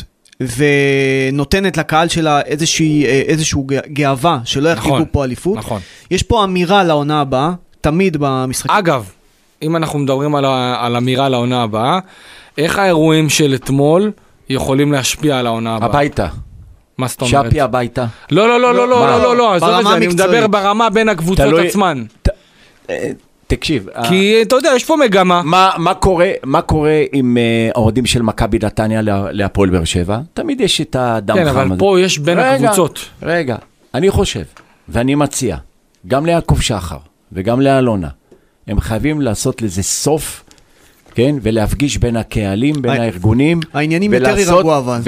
S3: ונותנת לקהל שלה איזשהו גאווה, שלא יחגגו פה אליפות.
S2: נכון.
S3: יש פה אמירה לעונה הבאה, תמיד במשחקים.
S2: אגב, אם אנחנו מדברים על אמירה לעונה הבאה, איך האירועים של אתמול יכולים להשפיע על העונה הבאה?
S4: הביתה.
S2: מה זאת אומרת?
S4: שפי הביתה.
S2: לא, עזוב את זה, אני מדבר ברמה בין הקבוצות עצמן.
S4: תקשיב.
S2: כי אתה יודע, יש פה מגמה.
S4: מה קורה עם האוהדים של מכבי נתניה להפועל באר שבע? תמיד יש את הדם חם הזה.
S2: כן, אבל פה יש בין הקבוצות.
S4: רגע, אני חושב, ואני מציע, גם ליעקב שחר וגם לאלונה, הם חייבים לעשות לזה סוף, כן, ולהפגיש בין הקהלים, בין הארגונים,
S3: העניינים יותר ירגעו אבל.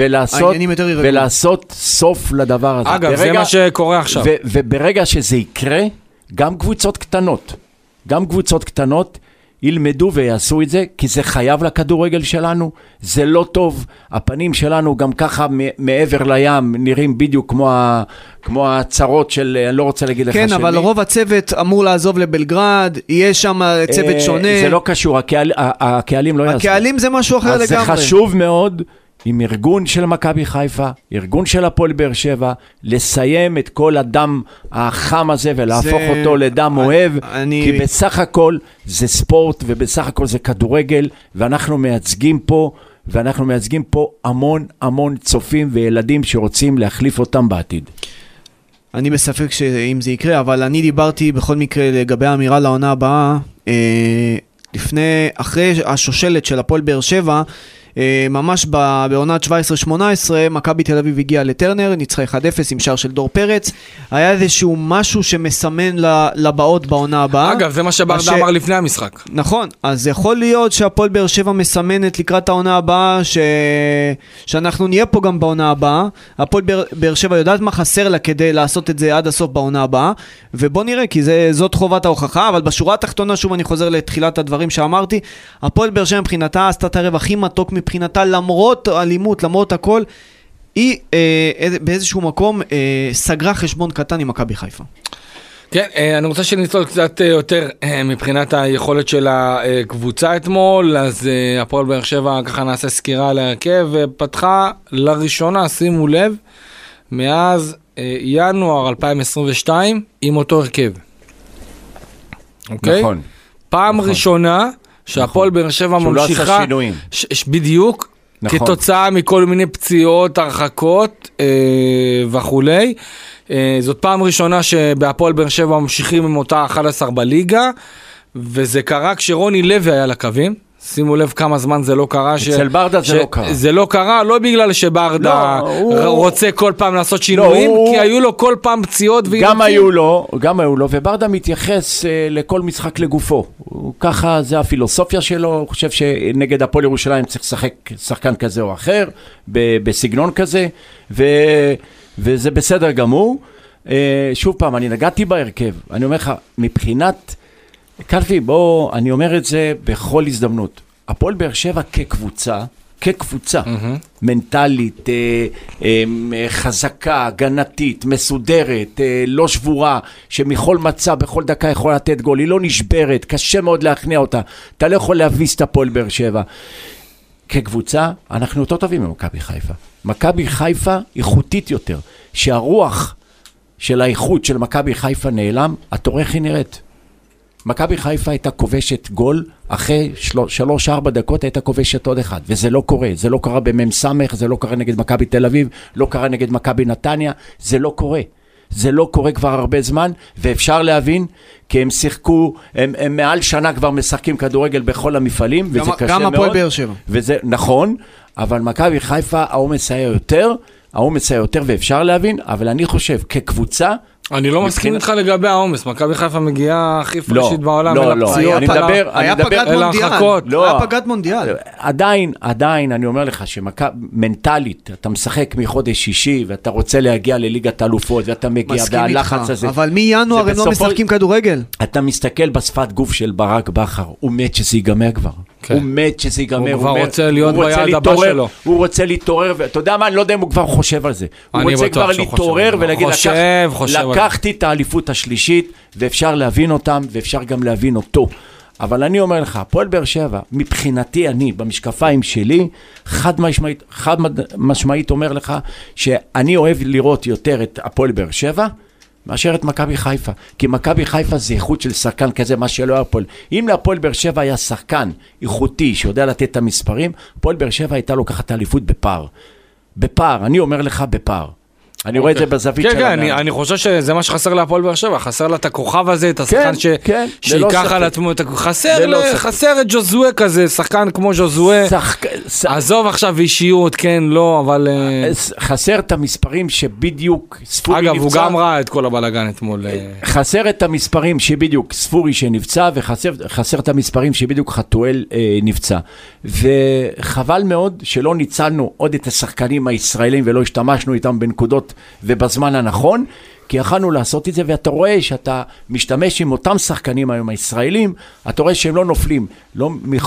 S4: ולעשות סוף לדבר הזה.
S2: אגב, זה מה שקורה עכשיו.
S4: וברגע שזה יקרה, גם קבוצות קטנות ילמדו ויעשו את זה, כי זה חייב לכדורגל שלנו, זה לא טוב, הפנים שלנו גם ככה מעבר לים, נראים בדיוק כמו הצרות של, אני לא רוצה להגיד לך
S3: כן,
S4: שלי.
S3: אבל רוב הצוות אמור לעזוב לבלגרד, יש שם צוות שונה.
S4: זה לא קשור, הקהלים לא יעזבו.
S3: הקהלים זה משהו אחר לגמרי.
S4: אז זה חשוב מאוד, עם ארגון של מכבי חיפה, ארגון של הפועל באר שבע, לסיים את כל הדם החם הזה ולהפוך אותו לדם אוהב, כי בסך הכל זה ספורט ובסך הכל זה כדורגל, ואנחנו מייצגים פה המון צופים וילדים שרוצים להחליף אותם בעתיד.
S3: אני בספק שאם זה יקרה, אבל אני דיברתי בכל מקרה לגבי האמירה לעונה הבאה, אחרי השושלת של הפועל באר שבע, ממש בעונת 17-18, מכבי תל אביב הגיעה לטרנר, ניצחה 1-0 עם שער של דור פרץ. היה איזשהו משהו שמסמן לבאות בעונה הבאה.
S2: אגב, זה מה שברדה אמר לפני המשחק.
S3: נכון, אז יכול להיות שהפועל באר שבע מסמנת לקראת העונה הבאה, שאנחנו נהיה פה גם בעונה הבאה. הפועל באר שבע יודעת מה חסר לה כדי לעשות את זה עד הסוף בעונה הבאה, ובוא נראה, כי זאת חובת ההוכחה, אבל בשורה התחתונה, שוב אני חוזר לתחילת הדברים שאמרתי, הפועל באר שבע מבחינתה עשתה את הרב הכי מתוק מבחינתה, למרות אלימות, למרות הכל, היא באיזשהו מקום סגרה חשבון קטן עם מכבי חיפה.
S2: כן, אני רוצה שניצול קצת יותר מבחינת היכולת של הקבוצה אתמול, אז הפועל באר שבע ככה נעשה סקירה על ההרכב, ופתחה לראשונה, שימו לב, מאז ינואר 2022 עם אותו הרכב. אוקיי?
S4: נכון.
S2: פעם ראשונה שהפועל באר שבע ממשיכה,
S4: שהוא לא עשה שינויים.
S2: בדיוק,
S4: נכון.
S2: כתוצאה מכל מיני פציעות, הרחקות וכולי. זאת פעם ראשונה שבהפועל באר שבע ממשיכים עם אותה 11 בליגה, וזה קרה כשרוני לוי היה לקווים. שימו לב כמה זמן זה לא קרה.
S4: אצל ברדה זה לא קרה.
S2: זה לא קרה, לא בגלל שברדה רוצה כל פעם לעשות שינויים, כי היו לו כל פעם פציעות
S4: גם היו לו, וברדה מתייחס לכל משחק לגופו. ככה זה הפילוסופיה שלו, הוא חושב שנגד הפועל ירושלים צריך לשחק שחקן כזה או אחר, בסגנון כזה, וזה בסדר גמור. שוב פעם, אני נגעתי בהרכב, אני אומר לך, מבחינת קלפי, בוא, אני אומר את זה בכל הזדמנות. הפועל באר שבע כקבוצה, מנטלית, חזקה, הגנתית, מסודרת, לא שבורה, שמכל מצב, בכל דקה יכול לתת גול, היא לא נשברת, קשה מאוד להכניע אותה, אתה לא יכול להביס את הפועל באר שבע. כקבוצה, אנחנו יותר טובים ממכבי חיפה. מכבי חיפה איכותית יותר, שהרוח של האיכות של מכבי חיפה נעלם, התורה איך היא נראית. מכבי חיפה הייתה כובשת גול, אחרי 3-4 דקות הייתה כובשת עוד אחד, וזה לא קורה, זה לא קרה במם סמך, זה לא קרה נגד מכבי תל אביב, לא קרה נגד מכבי נתניה, זה לא קורה. זה לא קורה כבר הרבה זמן, ואפשר להבין, כי הם שיחקו, הם מעל שנה כבר משחקים כדורגל בכל המפעלים, וזה קשה מאוד.
S3: גם הפועל באר שבע.
S4: וזה נכון, אבל מכבי חיפה העומס היה יותר, ואפשר להבין, אבל אני חושב, כקבוצה,
S2: אני לא מסכים איתך לגבי העומס, מכבי חיפה מגיעה הכי פרשית בעולם, אל הפציעות,
S3: היה פגעת מונדיאל.
S4: עדיין אני אומר לך שמנטלית, אתה משחק מחודש שישי, ואתה רוצה להגיע לליגת האלופות, ואתה מגיע והלחץ הזה.
S3: אבל מינואר הם לא משחקים כדורגל.
S4: אתה מסתכל בשפת גוף של ברק בכר, הוא מת שזה ייגמר כבר. הוא מת שזה ייגמר.
S2: הוא כבר רוצה להיות ביעד הבא שלו.
S4: הוא רוצה להתעורר, ואתה יודע מה, אני לא יודע אם הוא כבר חושב על זה. הוא רוצה כבר להתעורר ולהגיד, לקחתי את האליפות השלישית, ואפשר להבין אותם, ואפשר גם להבין אותו. אבל אני אומר לך, הפועל באר שבע, מבחינתי אני, במשקפיים שלי, חד משמעית אומר לך, שאני אוהב לראות יותר את הפועל באר שבע, מאשר את מכבי חיפה. כי מכבי חיפה זה איכות של שחקן כזה, מה שלא היה הפועל. אם להפועל באר שבע היה שחקן איכותי, שיודע לתת את המספרים, הפועל באר שבע הייתה לוקחת האליפות בפער. אני אומר לך בפער. אני רואה את זה בזווית של
S2: המאמן. כן, אני חושב שזה מה שחסר להפועל באר שבע, חסר לה את הכוכב הזה, את השחקן שיקח על עצמו, חסר את ז'וזואה כזה, שחקן כמו ז'וזואה, עזוב עכשיו אישיות, כן, לא, אבל
S4: חסר את המספרים שבדיוק ספורי נפצע.
S2: אגב, הוא גם ראה את כל הבלגן אתמול.
S4: חסר את המספרים שבדיוק ספורי שנפצע, וחסר את המספרים שבדיוק חתואל נפצע. וחבל מאוד שלא ניצלנו עוד את השחקנים הישראלים, ולא השתמשנו איתם בנקודות ובזמן הנכון, כי יכלנו לעשות את זה, ואתה רואה שאתה משתמש עם אותם שחקנים היום הישראלים, אתה רואה שהם לא נופלים, לא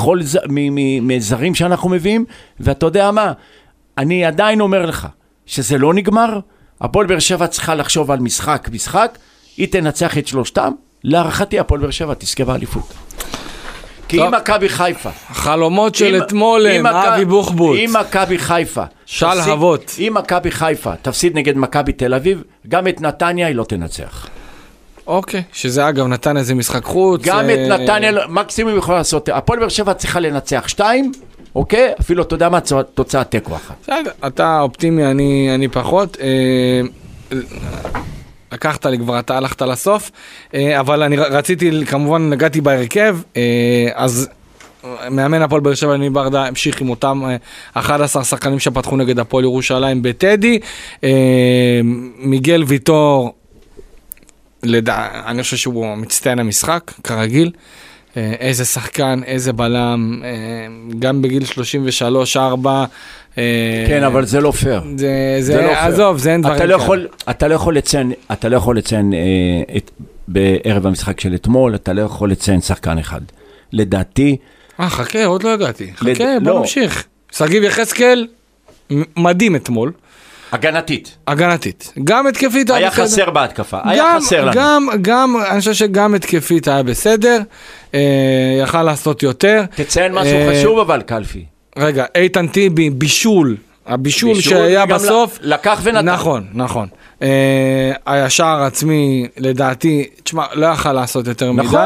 S4: מזרים שאנחנו מביאים, ואתה יודע מה, אני עדיין אומר לך, שזה לא נגמר, הפועל באר שבע צריכה לחשוב על משחק, היא תנצח את שלושתם, להערכתי הפועל באר שבע תזכה באליפות. כי אם מכבי חיפה,
S2: החלומות של אתמול הם אבי בוחבוט,
S4: אם מכבי חיפה,
S2: של הבות,
S4: אם מכבי חיפה תפסיד נגד מכבי תל אביב, גם את נתניה היא לא תנצח.
S2: אוקיי, שזה אגב נתניה זה משחק חוץ,
S4: גם את נתניה מקסימום יכולה לעשות, הפועל באר שבע צריכה לנצח 2, אוקיי, אפילו אתה יודע מה תוצאה תיקו אחת.
S2: אתה אופטימי, אני פחות. לקחת לי כבר, אתה הלכת לסוף, אבל אני רציתי, כמובן נגעתי בהרכב, אז מאמן הפועל באר שבע יניב ברדה המשיך עם אותם 11 שחקנים שפתחו נגד הפועל ירושלים בטדי. מיגל ויטור, אני חושב שהוא מצטיין המשחק, כרגיל. איזה שחקן, איזה בלם, גם בגיל 33-4.
S4: כן, אבל זה לא פייר.
S2: זה לא עזוב, זה אין דברים כאלה.
S4: אתה לא יכול לציין בערב המשחק של אתמול, אתה לא יכול לציין שחקן אחד. לדעתי...
S2: חכה, עוד לא הגעתי. חכה, בוא נמשיך. שגיב יחזקאל, מדהים אתמול.
S4: הגנתית.
S2: גם התקפית
S4: היה חסר בהתקפה, היה חסר לנו.
S2: אני חושב שגם התקפית היה בסדר, יכל לעשות יותר.
S4: תציין משהו חשוב אבל, קלפי.
S2: רגע, איתן טיבי, הבישול שהיה בסוף.
S4: לקח ונתן.
S2: נכון. השער עצמי, לדעתי, תשמע, לא יכל לעשות יותר מדי,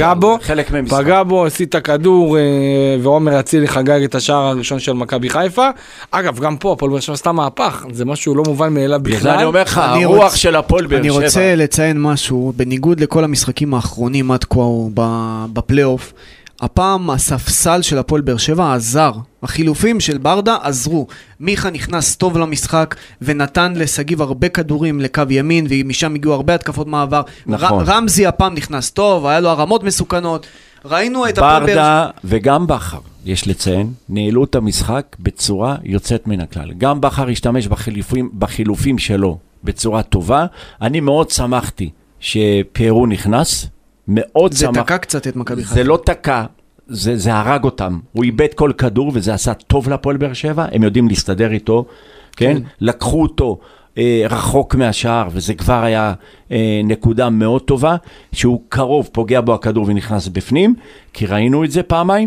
S2: פגע בו, עשית את הכדור, ועומר אצילי חגג את השער הראשון של מכבי חיפה. אגב, גם פה, הפועל באר שבע עשתה מהפך, זה משהו לא מובן מאליו בכלל.
S4: אני אומר לך, הרוח של הפועל באר שבע.
S3: אני רוצה לציין משהו, בניגוד לכל המשחקים האחרונים עד כה בפלייאוף, הפעם הספסל של הפועל באר שבע עזר. החילופים של ברדה עזרו. מיכה נכנס טוב למשחק ונתן לסגיב הרבה כדורים לקו ימין, ומשם הגיעו הרבה התקפות מעבר.
S4: נכון.
S3: רמזי הפעם נכנס טוב, היה לו הרמות מסוכנות. ראינו את הפועל באר שבע.
S4: ברדה וגם בכר, יש לציין, ניהלו את המשחק בצורה יוצאת מן הכלל. גם בכר השתמש בחילופים שלו בצורה טובה. אני מאוד שמחתי שפיירו נכנס. מאוד
S3: זה תקע קצת את מכבי חיפה.
S4: זה לא תקע, זה הרג אותם. הוא איבד כל כדור וזה עשה טוב לפועל באר שבע. הם יודעים להסתדר איתו, כן? לקחו אותו רחוק מהשער, וזה כבר היה נקודה מאוד טובה, שהוא קרוב, פוגע בו הכדור ונכנס בפנים, כי ראינו את זה פעמיים,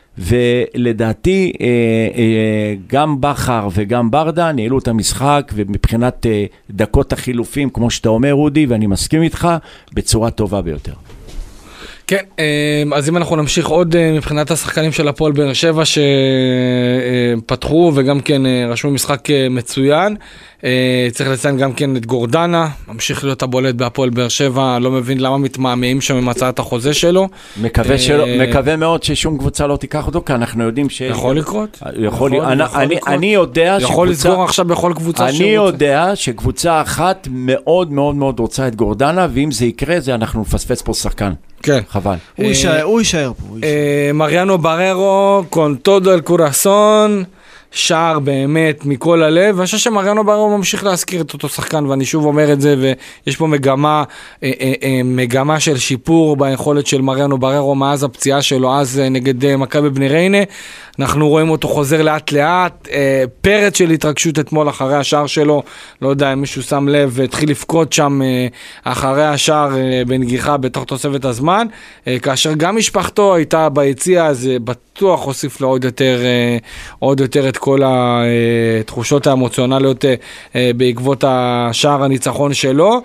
S4: ולדעתי גם בכר וגם ברדה ניהלו את המשחק, ומבחינת דקות החילופים, כמו שאתה אומר רודי, ואני מסכים איתך, בצורה טובה ביותר.
S2: כן, אז אם אנחנו נמשיך עוד מבחינת השחקנים של הפועל באר שבע שפתחו וגם כן רשמו משחק מצוין, צריך לציין גם כן את גורדנה, ממשיך להיות הבולט בהפועל באר שבע, לא מבין למה מתמהמהים שם עם הצעת החוזה שלו.
S4: מקווה מאוד ששום קבוצה לא תיקח אותו, כי אנחנו יודעים ש...
S2: יכול לקרות.
S4: אני יודע
S2: יכול לסגור עכשיו בכל קבוצה
S4: אני יודע שקבוצה אחת מאוד מאוד מאוד רוצה את גורדנה, ואם זה יקרה, אנחנו נפספס פה שחקן.
S2: כן.
S4: חבל.
S3: הוא יישאר פה.
S2: מריאנו בררו, קונטודו אל קורסון, שער באמת מכל הלב, ואני חושב שמריאנו בררו ממשיך להזכיר את אותו שחקן, ואני שוב אומר את זה, ויש פה מגמה של שיפור ביכולת של מריאנו בררו מאז הפציעה שלו, אז נגד מכבי בני ריינה, אנחנו רואים אותו חוזר לאט לאט, פרץ של התרגשות אתמול אחרי השער שלו, לא יודע אם מישהו שם לב, והתחיל לפקוד שם אחרי השער בנגיחה בתוך תוספת הזמן, כאשר גם משפחתו הייתה ביציאה, אז בטוח הוסיף לו עוד יותר את כל התחושות האמוציונליות בעקבות השער הניצחון שלו.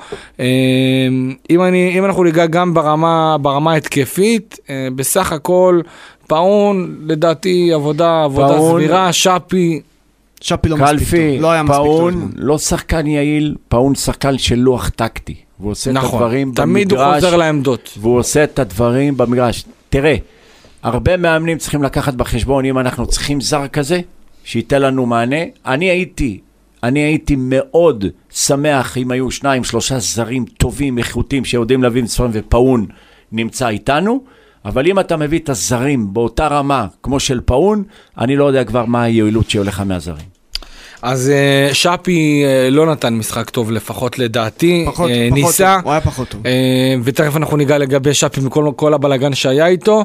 S2: אם אנחנו ניגע גם ברמה התקפית, בסך הכל פאון, לדעתי עבודה סבירה, שפי
S3: לא מספיק, לא היה מספיק.
S4: פאון לא שחקן יעיל, פאון שחקן של לוח טקטי. והוא עושה את הדברים במגרש.
S2: תמיד הוא חוזר לעמדות.
S4: והוא עושה את הדברים במגרש. תראה, הרבה מאמנים צריכים לקחת בחשבון, אם אנחנו צריכים זר כזה, שייתן לנו מענה. אני הייתי מאוד שמח אם היו 2-3 זרים טובים, איכותיים, שיודעים להביא מספרים, ופאון נמצא איתנו, אבל אם אתה מביא את הזרים באותה רמה כמו של פאון, אני לא יודע כבר מה היעילות שהולך מהזרים.
S2: אז שפי לא נתן משחק טוב, לפחות לדעתי, ניסה,
S3: הוא היה פחות טוב.
S2: ותכף אנחנו ניגע לגבי שפי מכל הבלגן שהיה איתו.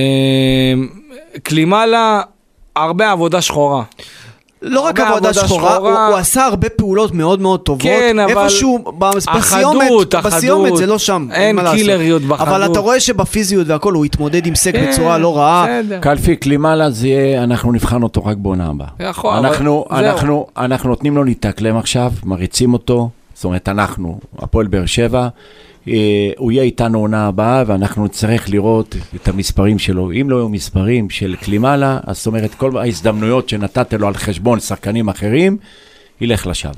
S2: קלימלה, הרבה עבודה שחורה.
S3: לא רק עבודה שחורה, הוא עשה הרבה פעולות מאוד מאוד טובות.
S2: כן, אבל...
S3: איפשהו, בסיומת זה לא שם.
S2: אין קילריות בחדות.
S3: אבל אתה רואה שבפיזיות והכל הוא התמודד עם סק בצורה לא רעה.
S4: קלפי, קלימלה זה יהיה, אנחנו נבחן אותו רק בעונה הבאה. אנחנו נותנים לו להתאקלם עכשיו, מריצים אותו, זאת אומרת אנחנו, הפועל באר שבע, הוא יהיה איתנו עונה הבאה, ואנחנו נצטרך לראות את המספרים שלו. אם לא יהיו מספרים של קלימלה, אז זאת אומרת, כל ההזדמנויות שנתת לו על חשבון שחקנים אחרים, ילך לשם.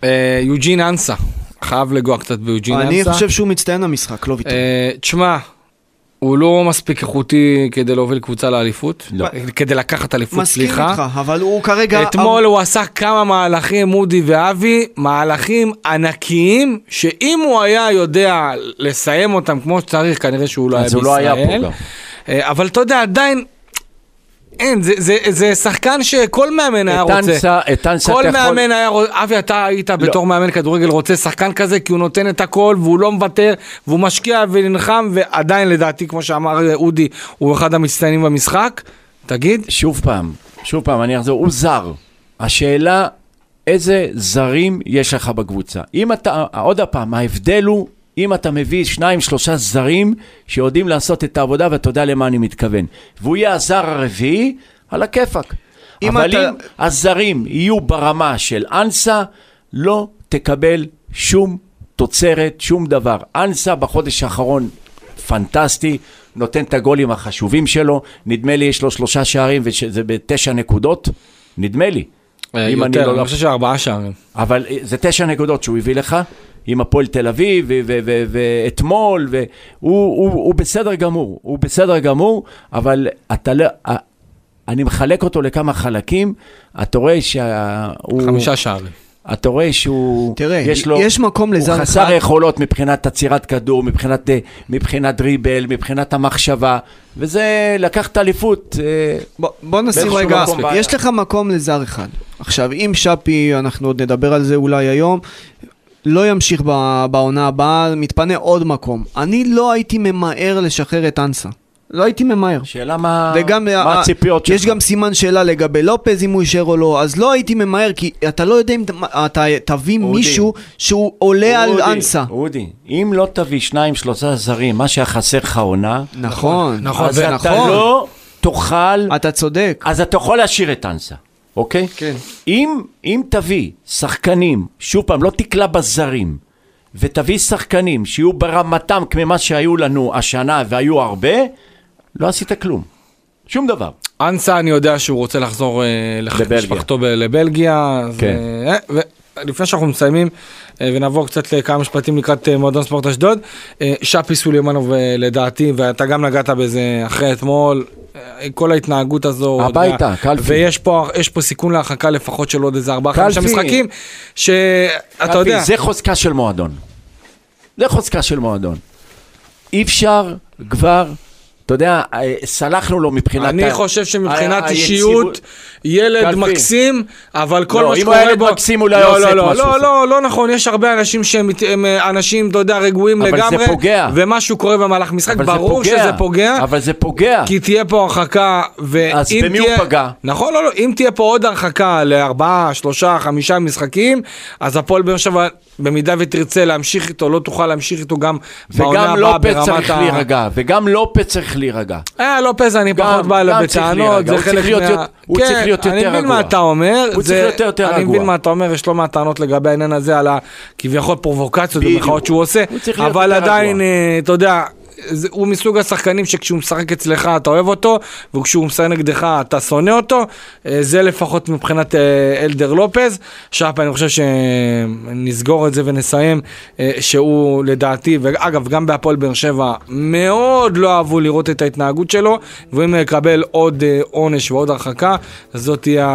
S2: יוג'ין אנסה, חייב לגוע קצת ביוג'ין אנסה.
S3: אני חושב שהוא מצטיין המשחק, לא ויתר.
S2: תשמע, הוא לא מספיק איכותי כדי להוביל קבוצה לאליפות,
S4: לא.
S2: כדי לקחת אליפות, סליחה.
S3: מסכים איתך, אבל הוא כרגע...
S2: אתמול הוא עשה כמה מהלכים, מודי ואבי, מהלכים ענקיים, שאם הוא היה יודע לסיים אותם כמו שצריך, כנראה שהוא לא היה בישראל. אז הוא לא היה פה גם. אבל אתה יודע, עדיין... אין, זה שחקן שכל מאמן היה רוצה. כל מאמן היה רוצה. אבי, אתה היית בתור מאמן כדורגל רוצה שחקן כזה, כי הוא נותן את הכל, והוא לא מוותר, והוא משקיע ונלחם, ועדיין לדעתי, כמו שאמר אודי, הוא אחד המצטיינים במשחק. תגיד.
S4: שוב פעם, אני אחזור, הוא זר. השאלה, איזה זרים יש לך בקבוצה? אם אתה, עוד הפעם, ההבדל הוא, אם אתה מביא 2-3 זרים שיודעים לעשות את העבודה, ואתה יודע למה אני מתכוון. והוא יהיה הזר הרביעי על הכיפק. אבל אם הזרים יהיו ברמה של אנסה, לא תקבל שום תוצרת, שום דבר. אנסה בחודש האחרון פנטסטי, נותן את הגולים החשובים שלו, נדמה לי יש לו 3 שערים וזה ב9 נקודות, נדמה לי.
S2: יותר, אני חושב ש4 שערים.
S4: אבל זה 9 נקודות שהוא הביא לך, עם הפועל תל אביב, ואתמול, הוא בסדר גמור, הוא בסדר גמור, אבל אני מחלק אותו לכמה חלקים, אתה רואה שהוא...
S2: 5 שערים.
S4: אתה רואה שהוא...
S3: תראה,
S4: יש מקום לזר אחד. הוא חסר יכולות מבחינת עצירת כדור, מבחינת דריבל, מבחינת המחשבה, וזה לקחת אליפות.
S3: בוא נשים רגע, יש לך מקום לזר אחד. עכשיו, אם שפי, אנחנו עוד נדבר על זה אולי היום, לא ימשיך בעונה הבאה, מתפנה עוד מקום. אני לא הייתי ממהר לשחרר את אנסה. לא הייתי ממהר.
S4: שאלה מה הציפיות שלך.
S3: יש גם סימן שאלה לגבי לופז אם הוא יישאר או לא, אז לא הייתי ממהר, כי אתה לא יודע אם אתה תביא מישהו שהוא עולה על אנסה.
S4: אודי, אם לא תביא 2-3 זרים, מה שחסר לך עונה,
S3: נכון,
S4: אז אתה לא תוכל,
S3: אתה צודק.
S4: אז אתה יכול להשאיר את אנסה. אוקיי?
S3: כן.
S4: אם תביא שחקנים, שוב פעם, לא תקלה בזרים, ותביא שחקנים שיהיו ברמתם כמו שהיו לנו השנה והיו הרבה, לא עשית כלום. שום דבר.
S2: אנסה, אני יודע שהוא רוצה לחזור למשפחתו לבלגיה.
S4: כן.
S2: לפני שאנחנו מסיימים, ונעבור קצת לכמה משפטים לקראת מועדון ספורט אשדוד, שפי סולימנוב לדעתי, ואתה גם נגעת בזה אחרי אתמול, כל ההתנהגות הזו,
S4: הביתה, קלפי.
S2: ויש פה סיכון להרחקה לפחות של עוד איזה 4-5 משחקים, שאתה יודע.
S4: זה חוזקה של מועדון. זה חוזקה של מועדון. אי אפשר כבר, אתה יודע, סלחנו לו מבחינת...
S2: אני חושב שמבחינת אישיות, ילד מקסים, אבל כל מה שקורה בו...
S4: אם הוא ילד מקסים אולי עושה את משהו.
S2: לא נכון, יש הרבה אנשים שהם אנשים, אתה יודע, רגועים לגמרי. אבל זה פוגע. ומשהו קורה במהלך משחק, ברור שזה פוגע.
S4: אבל זה פוגע.
S2: כי תהיה פה הרחקה,
S4: אז במי הוא פגע?
S2: נכון, לא, אם תהיה פה עוד הרחקה ל4, 3, 5 משחקים, אז הפועל באר שבע, במידה ותרצה להמשיך איתו, לא תוכל להמשיך איתו גם בעונה הבאה ברמת ה...
S4: וגם לופז צריך להירגע.
S2: לופז אני פחות בא אליו בטענות, זה חלק מה...
S4: הוא צריך להיות יותר רגוע.
S2: אני מבין מה אתה אומר.
S4: הוא צריך להיות יותר רגוע.
S2: אני מבין מה אתה אומר, יש לו מהטענות לגבי העניין הזה, על כביכול פרובוקציות במחאות שהוא עושה, אבל עדיין, אתה יודע, הוא מסוג השחקנים שכשהוא משחק אצלך אתה אוהב אותו, וכשהוא משחק נגדך אתה שונא אותו. זה לפחות מבחינת אלדר לופז. שפי, אני חושב שנסגור את זה ונסיים, שהוא לדעתי, ואגב גם בהפועל באר שבע מאוד לא אהבו לראות את ההתנהגות שלו, ואם יקבל עוד עונש ועוד הרחקה, זאת תהיה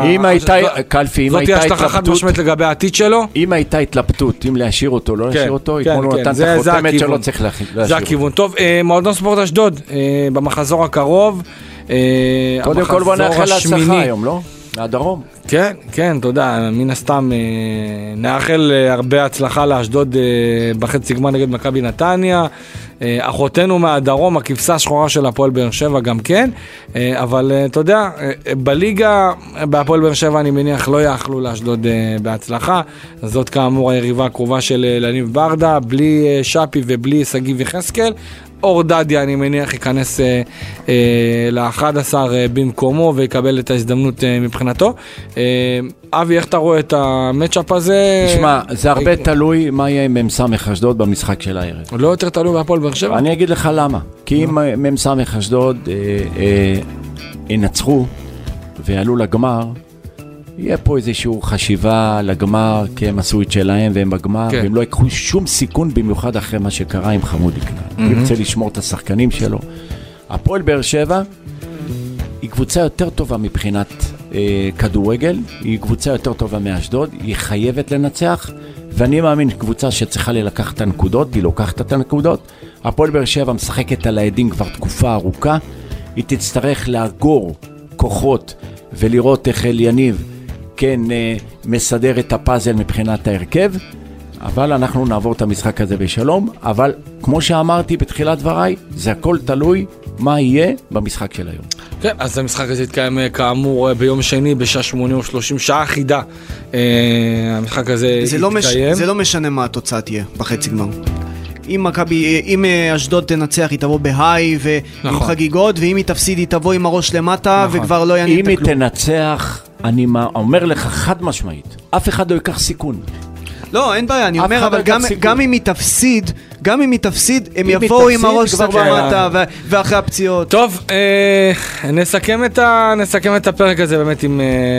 S2: השלכה חד משמעית לגבי העתיד שלו.
S4: אם הייתה התלבטות אם להשאיר אותו לא להשאיר אותו, אתמול הוא נתן את החותמת שלא צריך להשאיר.
S2: זה הכיוון. טוב, מועדון ספורט אשדוד, במחזור הקרוב,
S4: קודם כל בוא נאחל להצלחה היום, לא? מהדרום.
S2: כן, כן, אתה יודע, מן הסתם נאחל הרבה הצלחה לאשדוד בחצי גמר נגד מכבי נתניה, אחותנו מהדרום, הכבשה השחורה של הפועל באר שבע גם כן, אבל אתה יודע, בליגה, בהפועל באר שבע אני מניח לא יאכלו לאשדוד בהצלחה, זאת כאמור היריבה הקרובה של לניב ברדה, בלי שפי ובלי סגיב וחסקל, אור דדיה אני מניח ייכנס ל-11 במקומו ויקבל את ההזדמנות מבחינתו. אבי, איך אתה רואה את המאצ'אפ הזה?
S4: תשמע, זה הרבה תלוי מה יהיה עם ממסמך אשדוד במשחק של הערב.
S2: לא יותר תלוי בהפועל באר שבע?
S4: אני אגיד לך למה. כי אם ממסמך אשדוד ינצחו ויעלו לגמר, יהיה פה איזושהי חשיבה לגמר, כי הם עשו את שלהם והם בגמר,
S2: כן.
S4: והם לא יקחו שום סיכון, במיוחד אחרי מה שקרה עם חמודי כנען. הוא ירצה לשמור את השחקנים שלו. הפועל באר שבע היא קבוצה יותר טובה מבחינת כדורגל, היא קבוצה יותר טובה מאשדוד, היא חייבת לנצח, ואני מאמין קבוצה שצריכה ללקח את הנקודות, היא לוקחת את הנקודות. הפועל באר שבע משחקת על העדים כבר תקופה ארוכה, היא תצטרך לאגור כוחות ולראות איך אליניב כן מסדר את הפאזל מבחינת ההרכב, אבל אנחנו נעבור את המשחק הזה בשלום, אבל כמו שאמרתי בתחילת דבריי, זה הכל תלוי מה יהיה במשחק של היום.
S2: כן, אז המשחק הזה יתקיים כאמור ביום שני בשעה 8:30, שעה אחידה. המשחק הזה יתקיים.
S3: זה לא משנה מה התוצאה תהיה בחצי גמר. אם אשדוד תנצח היא תבוא בהיי ועם חגיגות, ואם היא תפסיד היא תבוא עם הראש למטה וכבר לא יניב את הכלום.
S4: אם היא תנצח, אני אומר לך חד משמעית, אף אחד לא ייקח סיכון.
S3: לא, אין בעיה, אני אומר, אבל גם אם היא תפסיד, הם יבואו עם הראש כבר במטה ואחרי הפציעות.
S2: טוב, נסכם את הפרק הזה באמת עם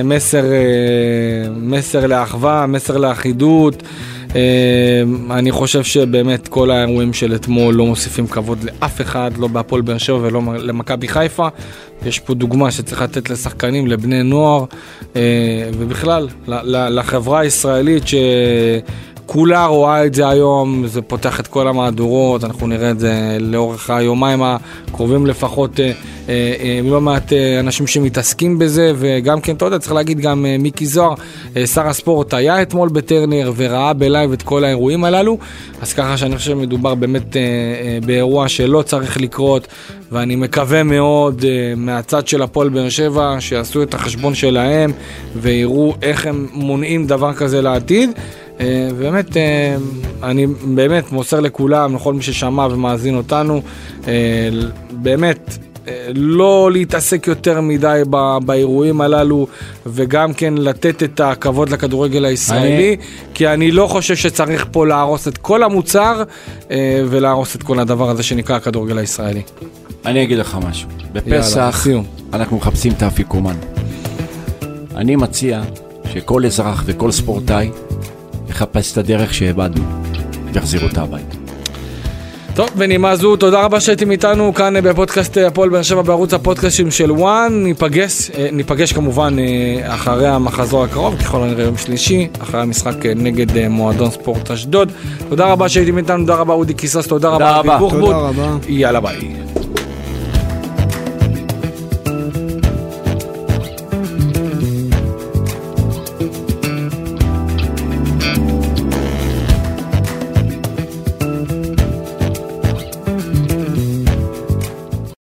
S2: מסר לאחווה, מסר לאחידות. אני חושב שבאמת כל האירועים של אתמול לא מוסיפים כבוד לאף אחד, לא בהפועל באר שבע ולא למכבי חיפה. יש פה דוגמה שצריך לתת לשחקנים, לבני נוער, ובכלל לחברה הישראלית שכולה רואה את זה היום. זה פותח את כל המהדורות, אנחנו נראה את זה לאורך היומיים הקרובים לפחות, לא מעט אנשים שמתעסקים בזה, וגם כן, אתה יודע, צריך להגיד, גם מיקי זוהר, שר הספורט, היה אתמול בטרנר וראה בלייב את כל האירועים הללו, אז ככה שאני חושב מדובר באמת באירוע שלא צריך לקרות, ואני מקווה מאוד מהצד של הפועל באר שבע שיעשו את החשבון שלהם ויראו איך הם מונעים דבר כזה לעתיד. באמת, אני באמת מוסר לכולם, לכל מי ששמע ומאזין אותנו, באמת לא להתעסק יותר מדי באירועים הללו, וגם כן לתת את הכבוד לכדורגל הישראלי, כי אני לא חושב שצריך פה להרוס את כל המוצר ולהרוס את כל הדבר הזה שנקרא הכדורגל הישראלי.
S4: אני אגיד לך משהו, בפסח אנחנו מחפשים את האפיקומן. אני מציע שכל אזרח וכל ספורטאי יחפש את הדרך שהאבדנו ויחזיר אותה הביתה.
S2: טוב, בנימה זו, תודה רבה שהייתם איתנו כאן בפודקאסט הפועל באר שבע בערוץ הפודקאסטים של וואן. ניפגש כמובן אחרי המחזור הקרוב, ככל הנראה יום שלישי, אחרי המשחק נגד מועדון ספורט אשדוד. תודה רבה שהייתם איתנו, תודה רבה אודי קיסס, תודה רבה אבי בוחבוט. יאללה ביי.